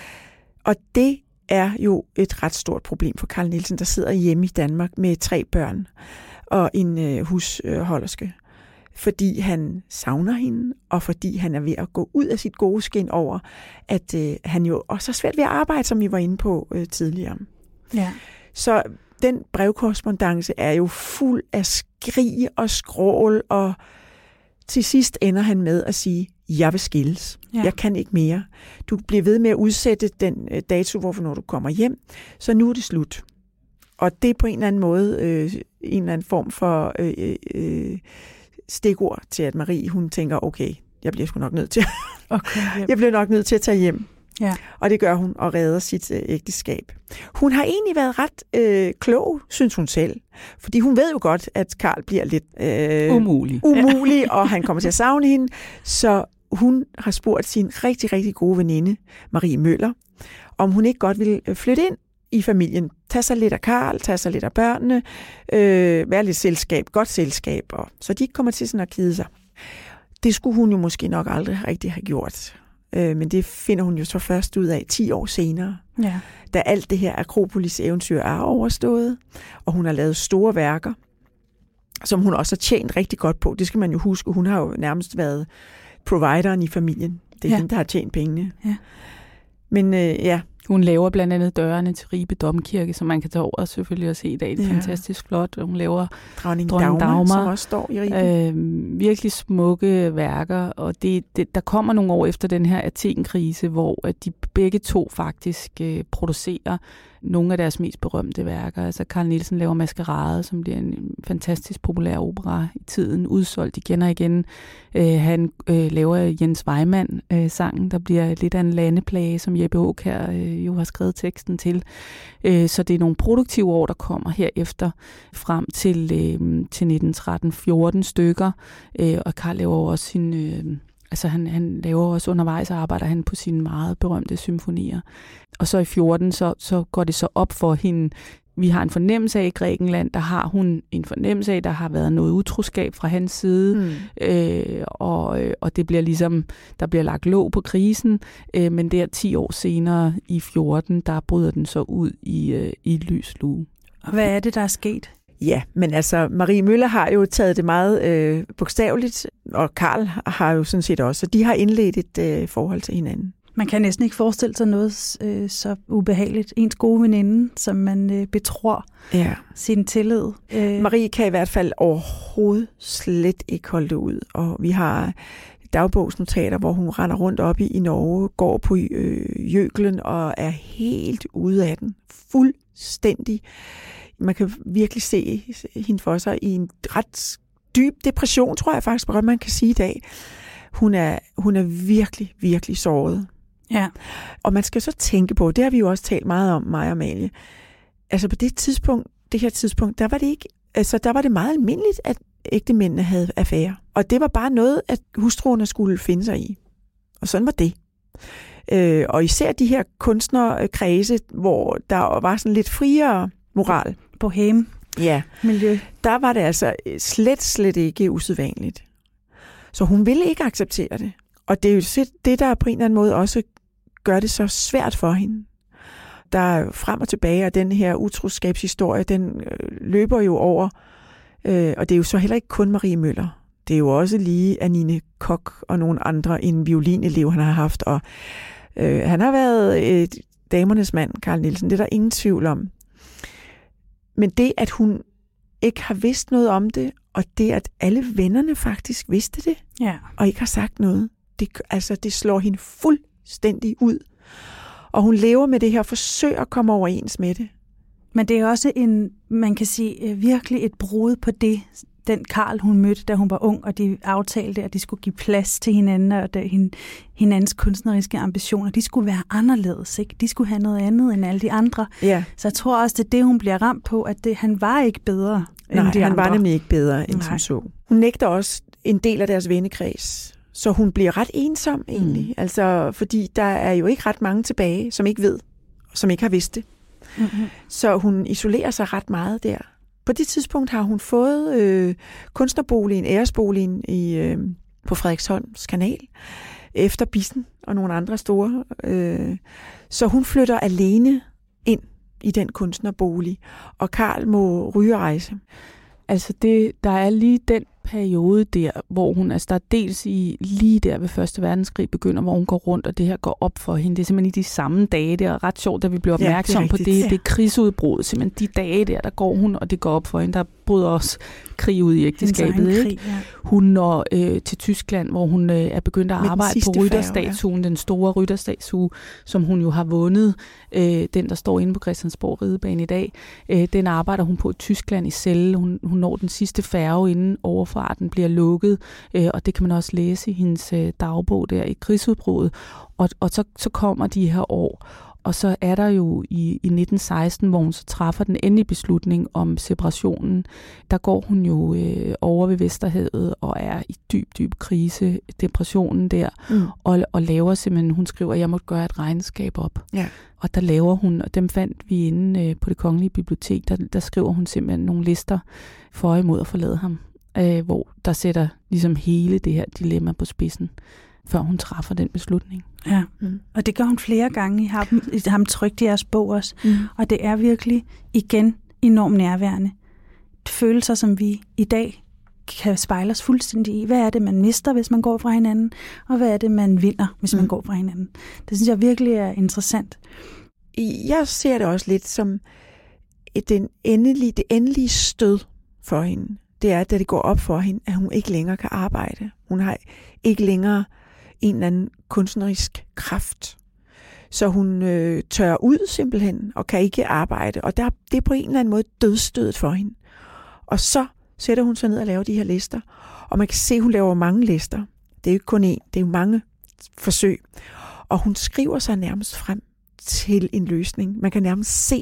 Og det er jo et ret stort problem for Carl Nielsen, der sidder hjemme i Danmark med tre børn og en øh, husholderske. Fordi han savner hende, og fordi han er ved at gå ud af sit gode skin over, at øh, han jo også er svært ved at arbejde, som vi var inde på øh, tidligere. Ja. Så den brevkorrespondance er jo fuld af skrig og skrål, og til sidst ender han med at sige, jeg vil skilles. Ja. Jeg kan ikke mere. Du bliver ved med at udsætte den øh, dato, hvorfor du kommer hjem, så nu er det slut. Og det er på en eller anden måde øh, en eller anden form for øh, øh, stikord til, at Marie, hun tænker, okay, jeg bliver sgu nok nødt til okay, jeg bliver nok nødt til at tage hjem. Ja. Og det gør hun og redder sit øh, ægteskab. Hun har egentlig været ret øh, klog, synes hun selv. Fordi hun ved jo godt, at Karl bliver lidt øh, umulig, umulig ja. Og han kommer til at savne hende. Så hun har spurgt sin rigtig, rigtig gode veninde, Marie Møller, om hun ikke godt ville flytte ind i familien. Tag sig lidt af Karl, tag sig lidt af børnene, øh, være lidt selskab, godt selskab. Og så de ikke kommer til sådan at kede sig. Det skulle hun jo måske nok aldrig rigtig have gjort. Øh, men det finder hun jo så først ud af ti år senere. Ja. Da alt det her Akropolis-eventyr er overstået, og hun har lavet store værker, som hun også har tjent rigtig godt på. Det skal man jo huske. Hun har jo nærmest været provideren i familien. Det er ja. hende, der har tjent pengene. Ja. Men øh, ja... Hun laver blandt andet dørene til Ribe Domkirke, som man kan tage over selvfølgelig og se i dag. Det er ja. fantastisk flot. Hun laver Dronning Dagmar, Dagmar, som også står i Ribe. Øh, virkelig smukke værker, og det, det, der kommer nogle år efter den her Athen-krise, hvor at de begge to faktisk øh, producerer nogle af deres mest berømte værker. Altså Carl Nielsen laver Maskerade, som bliver en fantastisk populær opera i tiden, udsolgt igen og igen. Øh, han øh, laver Jens Weimann-sangen, øh, der bliver lidt af en landeplage, som Jeppe Aakjær øh, jo har skrevet teksten til. Øh, så det er nogle produktive år, der kommer herefter frem til, øh, til nitten tretten fjorten stykker. Øh, og Carl laver også sin... Øh, Altså han, han laver også undervejs, og arbejder han på sine meget berømte symfonier. Og så i fjorten, så, så går det så op for hende, vi har en fornemmelse af i Grækenland, der har hun en fornemmelse af, der har været noget utroskab fra hans side, mm. øh, og, og det bliver ligesom, der bliver lagt låg på krisen, øh, men der ti år senere i fjorten, der bryder den så ud i, øh, i lys lue. Og hvad er det, der er sket? Ja, men altså, Marie Møller har jo taget det meget øh, bogstaveligt, og Karl har jo sådan set også, så de har indledt et øh, forhold til hinanden. Man kan næsten ikke forestille sig noget øh, så ubehageligt. Ens gode veninde, som man øh, betror ja. sin tillid. Øh. Marie kan i hvert fald overhovedet slet ikke holde det ud, og vi har dagbogsnotater, hvor hun render rundt op i, i Norge, går på øh, Jøklen og er helt ude af den. Fuldstændig. Man kan virkelig se hende for sig i en ret dyb depression, tror jeg faktisk godt, man kan sige i dag. Hun er, hun er virkelig, virkelig såret. Ja. Og man skal så tænke på, det har vi jo også talt meget om, mig og Amalie. Altså på det tidspunkt, det her tidspunkt, der var det ikke, altså der var det meget almindeligt, at ægtemændene havde affære. Og det var bare noget, at hustruerne skulle finde sig i. Og sådan var det. Øh, og især de her kunstnerkredse, hvor der var sådan lidt friere moral. Bohème. Ja. Miljø. Der var det altså slet, slet ikke usædvanligt. Så hun ville ikke acceptere det. Og det er jo det, der på en eller anden måde også gør det så svært for hende. Der er frem og tilbage, og den her utroskabshistorie, den løber jo over. Øh, og det er jo så heller ikke kun Marie Møller. Det er jo også lige Anine Koch og nogle andre, en violinelev, han har haft. Og øh, han har været et damernes mand, Carl Nielsen. Det er der ingen tvivl om. Men det, at hun ikke har vidst noget om det, og det, at alle vennerne faktisk vidste det, ja. og ikke har sagt noget, det, altså, det slår hende fuldstændig ud. Og hun lever med det her forsøg at komme overens med det. Men det er også en, man kan sige, virkelig et brud på det, den Karl, hun mødte, da hun var ung, og de aftalte, at de skulle give plads til hinanden, og at hinandens kunstneriske ambitioner, de skulle være anderledes, ikke? De skulle have noget andet end alle de andre. Ja. Så jeg tror også, det er det, hun bliver ramt på, at det, han var ikke bedre Nej, end de han andre. var nemlig ikke bedre end Nej. som så. Hun nægter også en del af deres vennekreds, så hun bliver ret ensom egentlig. Mm. Altså, fordi der er jo ikke ret mange tilbage, som ikke ved, som ikke har vidst det. Mm-hmm. Så hun isolerer sig ret meget der. På det tidspunkt har hun fået øh, kunstnerboligen, æresboligen i, øh, på Frederiksholms Kanal, efter Bissen og nogle andre store. Øh, så hun flytter alene ind i den kunstnerbolig, og Karl må ryge og rejse. Altså, det, der er lige den periode der, hvor hun, altså der er dels i lige der ved første verdenskrig begynder, hvor hun går rundt, og det her går op for hende. Det er simpelthen i de samme dage, det er ret sjovt, da vi bliver opmærksom ja, på det. Det er krigsudbrud, simpelthen de dage der, der går hun, og det går op for hende. Der bryder også krig ud i ægteskabet. Ikke? Krig, ja. Hun når øh, til Tyskland, hvor hun øh, er begyndt at arbejde på rytterstatuen, ja. Den store rytterstatue, som hun jo har vundet, øh, den der står inde på Christiansborg Ridebane i dag. Øh, den arbejder hun på i Tyskland i Celle. Hun, hun når den sidste færge, inden overfarten bliver lukket, øh, og det kan man også læse i hendes øh, dagbog der i krigsudbruddet. Og, og så, så kommer de her år, og så er der jo i, i nitten seksten, hvor hun så træffer den endelige beslutning om separationen, der går hun jo øh, over ved Vesterhavet og er i dyb, dyb krise, depressionen der, mm. og, og laver simpelthen, hun skriver, at jeg måtte gøre et regnskab op. Ja. Og der laver hun, og dem fandt vi inde øh, på Det Kongelige Bibliotek, der, der skriver hun simpelthen nogle lister for og imod at forlade ham, øh, hvor der sætter ligesom hele det her dilemma på spidsen, før hun træffer den beslutning. Ja, mm. og det gør hun flere gange. I har, I har trykt i jeres bog også. Mm. Og det er virkelig, igen, enormt nærværende. Følelser, som vi i dag kan spejle os fuldstændig i. Hvad er det, man mister, hvis man går fra hinanden? Og hvad er det, man vinder, hvis mm. man går fra hinanden? Det synes jeg virkelig er interessant. Jeg ser det også lidt som et, den endelige, det endelige stød for hende. Det er, da det går op for hende, at hun ikke længere kan arbejde. Hun har ikke længere en eller anden kunstnerisk kraft. Så hun øh, tørrer ud simpelthen, og kan ikke arbejde. Og der, det er på en eller anden måde dødsstødet for hende. Og så sætter hun sig ned og laver de her lister. Og man kan se, at hun laver mange lister. Det er jo ikke kun én, det er jo mange forsøg. Og hun skriver sig nærmest frem til en løsning. Man kan nærmest se,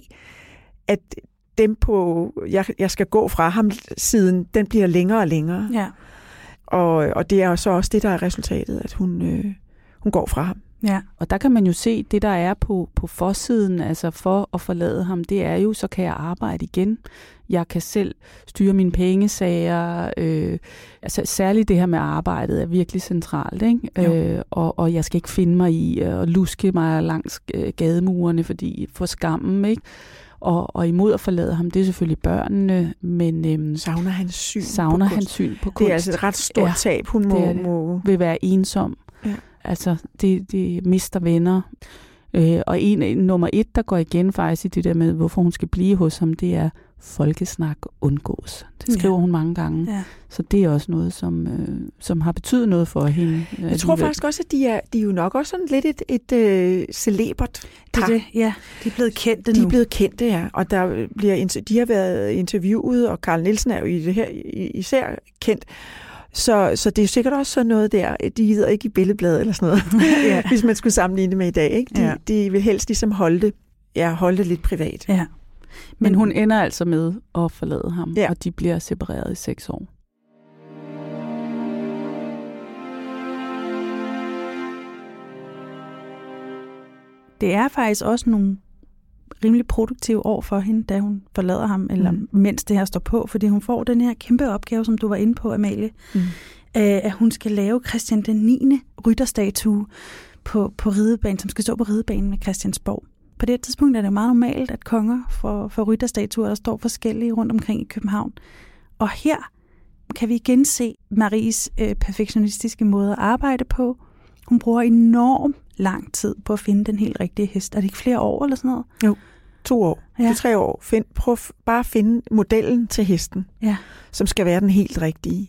at dem på, jeg, jeg skal gå fra ham siden, den bliver længere og længere. Ja. Og, og det er så også det, der er resultatet, at hun, øh, hun går fra ham. Ja. Og der kan man jo se, det der er på, på forsiden, altså for at forlade ham, det er jo, så kan jeg arbejde igen. Jeg kan selv styre mine pengesager. Øh, altså særligt det her med arbejdet er virkelig centralt, ikke? Øh, og, og jeg skal ikke finde mig i at luske mig langs gademurene, fordi for skammen, ikke? Og, og imod at forlade ham, det er selvfølgelig børnene, men øhm, savner hans syn savner på hans syn på kunst. Det er altså et ret stort ja, tab, hun må, det må... vil være ensom. Ja. Altså, det, det mister venner. Øh, og en, nummer et, der går igen faktisk i det der med, hvorfor hun skal blive hos ham, det er folkesnak undgås. Det skriver ja. hun mange gange. Ja. Så det er også noget, som, øh, som har betydet noget for hende. Jeg øh, tror alligevel. faktisk også, at de er, de er jo nok også sådan lidt et, et, et uh, celebert par. Det, det, ja, de er blevet kendte de nu. De er blevet kendte, ja. Og der bliver, de har været interviewet, og Carl Nielsen er jo i det her især kendt. Så, så det er sikkert også sådan noget der, de gider ikke i billedbladet eller sådan noget, ja. hvis man skulle sammenligne det med i dag. Ikke? De, ja. de vil helst ligesom holde det, ja, holde det lidt privat. Ja. Men, Men hun ender altså med at forlade ham, ja. og de bliver separeret i seks år. Det er faktisk også nogle rimelig produktive år for hende, da hun forlader ham, eller mm. mens det her står på, fordi hun får den her kæmpe opgave, som du var inde på, Amalie, mm. øh, at hun skal lave Christian den niende rytterstatue på, på ridebanen, som skal stå på ridebanen med Christiansborg. På det tidspunkt er det meget normalt, at konger får, får rytterstatuer, der står forskellige rundt omkring i København. Og her kan vi igen se Maries øh, perfektionistiske måde at arbejde på. Hun bruger enormt lang tid på at finde den helt rigtige hest. Er det ikke flere år eller sådan noget? Jo, to år. Ja. To, tre år. Find, prøv bare at finde modellen til hesten, ja. som skal være den helt rigtige.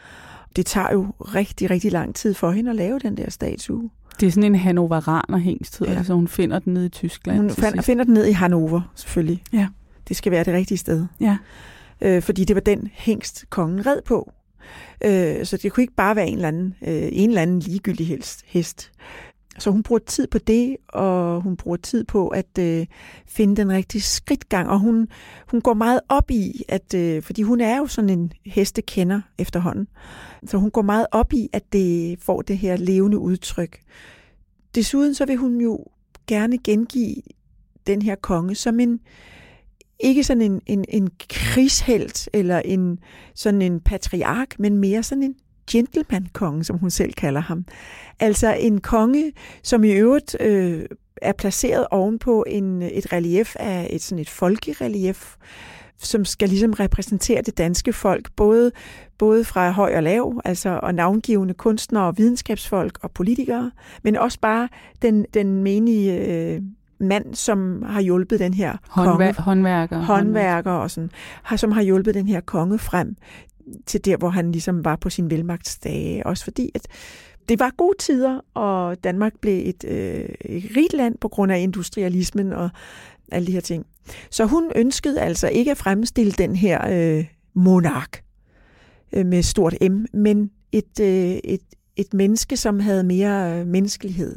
Det tager jo rigtig, rigtig lang tid for hende at lave den der statue. Det er sådan en hannoveraner hængst, ja. altså hun finder den nede i Tyskland. Hun find, finder den ned i Hannover, selvfølgelig. Ja. Det skal være det rigtige sted. Ja. Øh, fordi det var den hængst, kongen red på. Øh, så det kunne ikke bare være en eller anden, øh, en eller anden ligegyldig hest. hest. Så hun bruger tid på det, og hun bruger tid på at øh, finde den rigtige skridtgang. Og hun, hun går meget op i, at, øh, fordi hun er jo sådan en hestekender efterhånden, så hun går meget op i, at det får det her levende udtryk. Desuden så vil hun jo gerne gengive den her konge som en, ikke sådan en, en, en krigshelt eller en, sådan en patriark, men mere sådan en gentleman-konge, som hun selv kalder ham. Altså en konge, som i øvrigt øh, er placeret ovenpå en, et relief af et, sådan et folkerelief, som skal ligesom repræsentere det danske folk, både, både fra høj og lav, altså og navngivende kunstnere og videnskabsfolk og politikere, men også bare den, den menige øh, mand, som har hjulpet den her konge. Håndvær- håndværker. Håndværker og sådan, har, som har hjulpet den her konge frem til der, hvor han ligesom var på sin velmagtsdage. Også fordi, at det var gode tider, og Danmark blev et, øh, et rigt land på grund af industrialismen og alle de her ting. Så hun ønskede altså ikke at fremstille den her øh, monark øh, med stort M, men et, øh, et, et menneske, som havde mere øh, menneskelighed.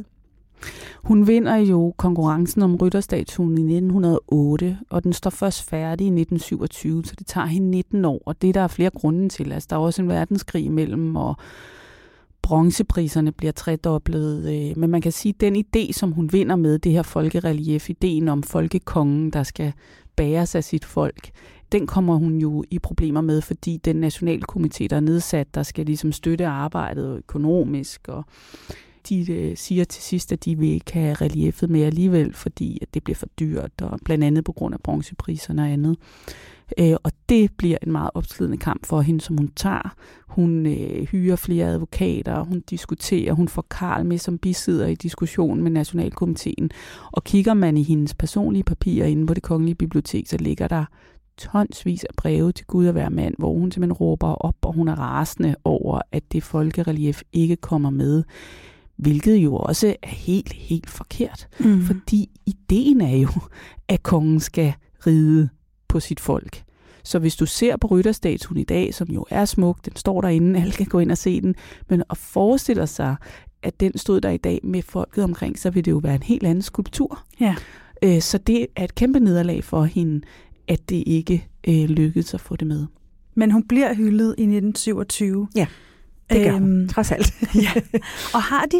Hun vinder jo konkurrencen om rytterstatuen i nitten hundrede og otte, og den står først færdig i nitten syvogtyve, så det tager hende nitten år, og det der er flere grunde til. Altså, der er også en verdenskrig imellem, og bronzepriserne bliver tredoblet. Men man kan sige, at den idé, som hun vinder med, det her folkerelief, ideen om folkekongen, der skal bæres af sit folk, den kommer hun jo i problemer med, fordi den nationalkomité, der er nedsat, der skal ligesom støtte arbejdet økonomisk, og de øh, siger til sidst, at de vil ikke have reliefet med alligevel, fordi at det bliver for dyrt, og blandt andet på grund af bronzepriserne og andet. Øh, og det bliver en meget opslidende kamp for hende, som hun tager. Hun øh, hyrer flere advokater, hun diskuterer, hun får Karl med som bisidder i diskussionen med Nationalkomiteen. Og kigger man i hendes personlige papirer inde på Det Kongelige Bibliotek, så ligger der tonsvis af breve til Gud at være mand, hvor hun simpelthen råber op, og hun er rasende over, at det folkerelief ikke kommer med. Hvilket jo også er helt, helt forkert. Mm. Fordi ideen er jo, at kongen skal ride på sit folk. Så hvis du ser på rytterstatuen i dag, som jo er smuk, den står derinde, alle kan gå ind og se den, men at forestille sig, at den stod der i dag med folket omkring, så vil det jo være en helt anden skulptur. Ja. Så det er et kæmpe nederlag for hende, at det ikke øh, lykkedes at få det med. Men hun bliver hyldet i nitten syvogtyve. Ja, det gør hun, øhm, trods alt. Ja. Og har de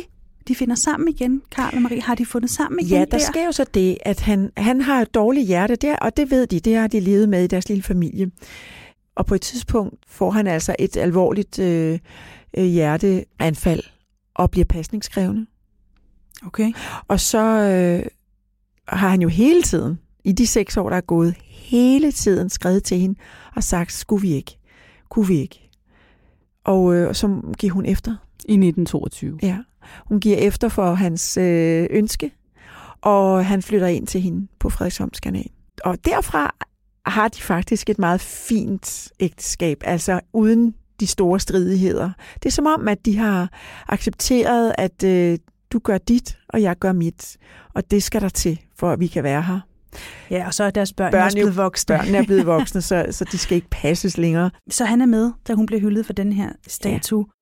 de finder sammen igen, Karl og Marie. Har de fundet sammen igen Ja, der, der? sker jo så det, at han, han har et dårligt hjerte der, og det ved de, det har de levet med i deres lille familie. Og på et tidspunkt får han altså et alvorligt øh, hjerteanfald og bliver pasningskrævende. Okay. Og så øh, har han jo hele tiden, i de seks år, der er gået, hele tiden skrevet til hende og sagt, skulle vi ikke? Kunne vi ikke? Og øh, så giver hun efter. I nitten toogtyve. Ja, hun giver efter for hans øh, ønske, og han flytter ind til hende på Frederiksholms Kanal. Og derfra har de faktisk et meget fint ægteskab, altså uden de store stridigheder. Det er som om, at de har accepteret, at øh, du gør dit, og jeg gør mit. Og det skal der til, for at vi kan være her. Ja, og så er deres børn, børn også blevet voksne. Børnene er blevet voksne, så, så de skal ikke passes længere. Så han er med, da hun blev hyldet for den her statue. Ja.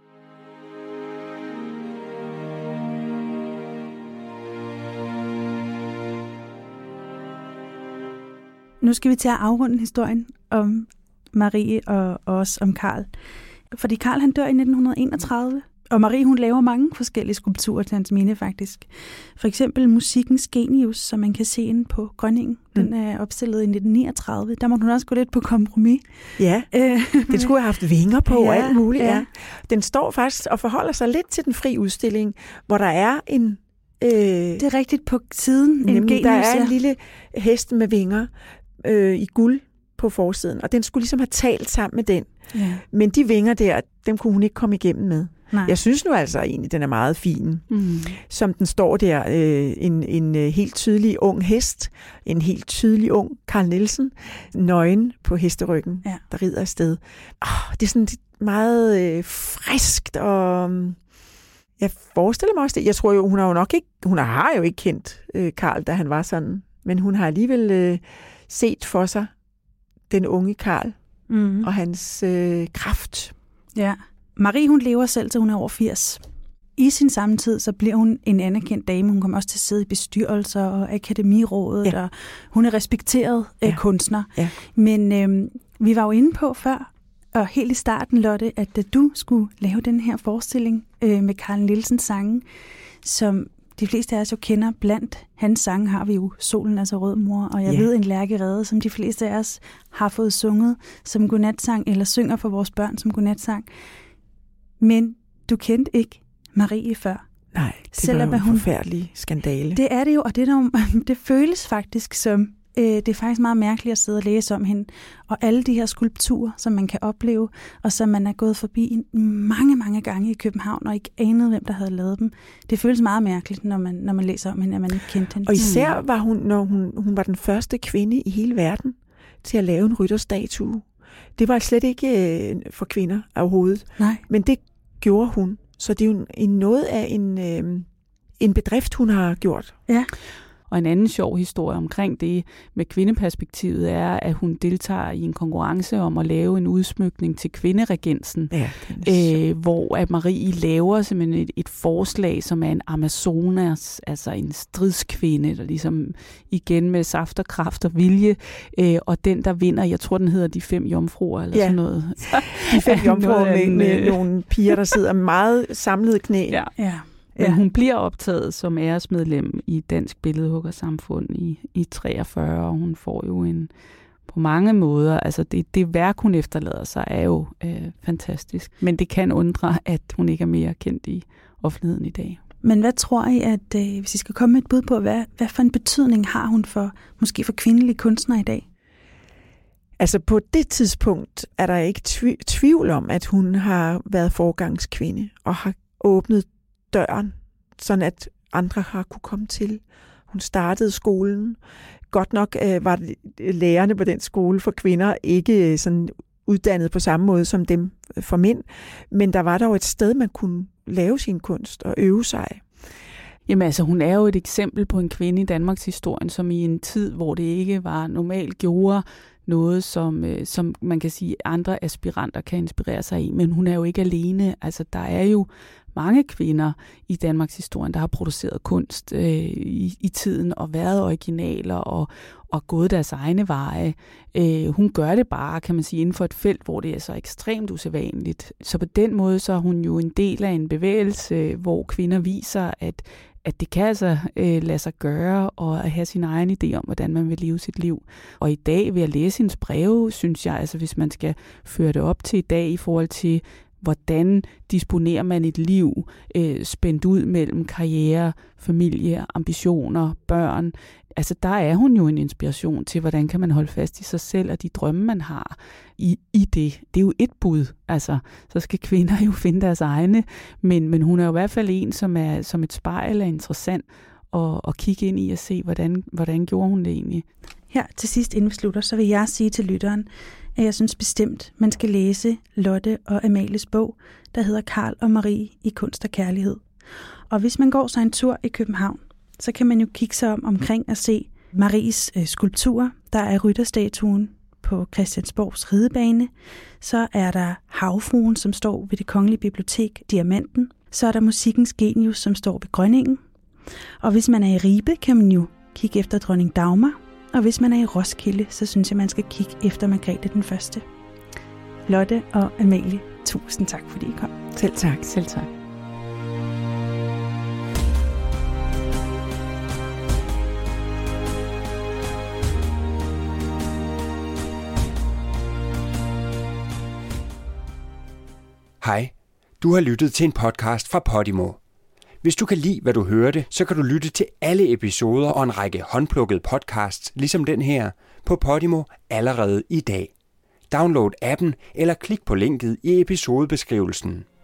Nu skal vi til at afrunde historien om Marie og også om Karl. Fordi Karl han dør i nitten enogtredive, og Marie hun laver mange forskellige skulpturer til hans minde faktisk. For eksempel musikkens Genius, som man kan se inde på Grønningen. Den mm. er opstillet i nitten niogtredive. Der må hun også gå lidt på kompromis. Ja, den skulle have haft vinger på ja, og alt muligt. Ja. Ja. Den står faktisk og forholder sig lidt til den fri udstilling, hvor der er en... Øh, det er rigtigt på siden. En nemlig, Genius, der er ja. en lille hest med vinger øh, i guld på forsiden, og den skulle ligesom have talt sammen med den. Ja. Men de vinger der, dem kunne hun ikke komme igennem med. Nej. Jeg synes nu altså egentlig, den er meget fin. Mm. Som den står der, øh, en, en helt tydelig ung hest, en helt tydelig ung Carl Nielsen, nøgen på hesteryggen, ja. der rider afsted. Oh, det er sådan meget øh, friskt, og jeg forestiller mig også det. Jeg tror jo, hun har jo nok ikke, hun har jo ikke kendt øh, Carl, da han var sådan, men hun har alligevel øh, set for sig den unge Carl mm. og hans øh, kraft. Ja. Marie, hun lever selv, til hun er over firs. I sin samtid, så bliver hun en anerkendt dame. Hun kommer også til at sidde i bestyrelser og akademirådet, ja. Og hun er respekteret ja. øh, kunstner. Ja. Men øh, vi var jo inde på før, og helt i starten, Lotte, at da du skulle lave den her forestilling øh, med Carl Nielsens sange, som de fleste af os jo kender, blandt hans sange har vi jo Solen er så rød, mor, og jeg ja. ved en lærkerede, som de fleste af os har fået sunget som godnatsang, eller synger for vores børn som godnatsang. Men du kendte ikke Marie før. Nej, det Selvom var jo en hun, forfærdelig skandale. Det er det jo, og det, der, det føles faktisk som, øh, det er faktisk meget mærkeligt at sidde og læse om hende. Og alle de her skulpturer, som man kan opleve, og som man er gået forbi mange, mange gange i København, og ikke anede, hvem der havde lavet dem. Det føles meget mærkeligt, når man, når man læser om hende, at man ikke kendte hende. Og især var hun, når hun, hun var den første kvinde i hele verden til at lave en rytterstatue. Det var slet ikke øh, for kvinder overhovedet. Nej. Men det gjorde hun. Så det er jo en, noget af en, øh, en bedrift, hun har gjort. Ja. Og en anden sjov historie omkring det med kvindeperspektivet er, at hun deltager i en konkurrence om at lave en udsmykning til kvinderegensen, ja, øh, hvor at Marie laver simpelthen et, et forslag, som er en Amazonas, altså en stridskvinde, der ligesom igen med saft og kraft og vilje, øh, og den, der vinder, jeg tror, den hedder De Fem Jomfruer, eller ja. sådan noget. De Fem Jomfruer med, med nogle piger, der sidder meget samlet knæ. Ja. Ja. Men ja. hun bliver optaget som æresmedlem i Dansk Billedhuggersamfund i, i treogfyrre, og hun får jo en på mange måder, altså det, det værk, hun efterlader sig, er jo øh, fantastisk. Men det kan undre, at hun ikke er mere kendt i offentligheden i dag. Men hvad tror I, at øh, hvis I skal komme med et bud på, hvad, hvad for en betydning har hun for, måske for kvindelige kunstnere i dag? Altså på det tidspunkt er der ikke tv- tvivl om, at hun har været forgangskvinde og har åbnet døren, sådan at andre har kunne komme til. Hun startede skolen. Godt nok øh, var det, lærerne på den skole for kvinder ikke øh, sådan uddannet på samme måde som dem for mænd, men der var dog et sted, man kunne lave sin kunst og øve sig. Jamen altså, hun er jo et eksempel på en kvinde i Danmarks historie, som i en tid, hvor det ikke var normalt, gjorde noget, som, øh, som man kan sige, andre aspiranter kan inspirere sig i. Men hun er jo ikke alene. Altså, der er jo mange kvinder i Danmarks historie, der har produceret kunst øh, i, i tiden og været originaler og, og gået deres egne veje. Øh, hun gør det bare, kan man sige, inden for et felt, hvor det er så ekstremt usædvanligt. Så på den måde så er hun jo en del af en bevægelse, hvor kvinder viser, at at det kan altså øh, lade sig gøre og at have sin egen idé om, hvordan man vil leve sit liv. Og i dag ved at læse hendes breve, synes jeg, altså hvis man skal føre det op til i dag i forhold til, hvordan disponerer man et liv øh, spændt ud mellem karriere, familie, ambitioner, børn. Altså der er hun jo en inspiration til, hvordan kan man holde fast i sig selv og de drømme, man har i, i det. Det er jo et bud. Altså, så skal kvinder jo finde deres egne, men, men hun er jo i hvert fald en, som er som et spejl er interessant at, at kigge ind i og se, hvordan, hvordan gjorde hun det egentlig. Her til sidst, inden vi slutter, så vil jeg sige til lytteren, at jeg synes bestemt, man skal læse Lotte og Amalies bog, der hedder Karl og Marie i kunst og kærlighed. Og hvis man går sig en tur i København, så kan man jo kigge sig om omkring og se Maries øh, skulptur. Der er rytterstatuen på Christiansborgs ridebane. Så er der Havfruen, som står ved Det Kongelige Bibliotek, Diamanten. Så er der Musikkens Genius, som står ved Grønningen. Og hvis man er i Ribe, kan man jo kigge efter dronning Dagmar. Og hvis man er i Roskilde, så synes jeg, man skal kigge efter Margrethe den Første. Lotte og Amalie, tusind tak, fordi I kom. Selv tak. Selv tak. Hej, du har lyttet til en podcast fra Podimo. Hvis du kan lide, hvad du hørte, så kan du lytte til alle episoder og en række håndplukkede podcasts, ligesom den her, på Podimo allerede i dag. Download appen eller klik på linket i episodebeskrivelsen.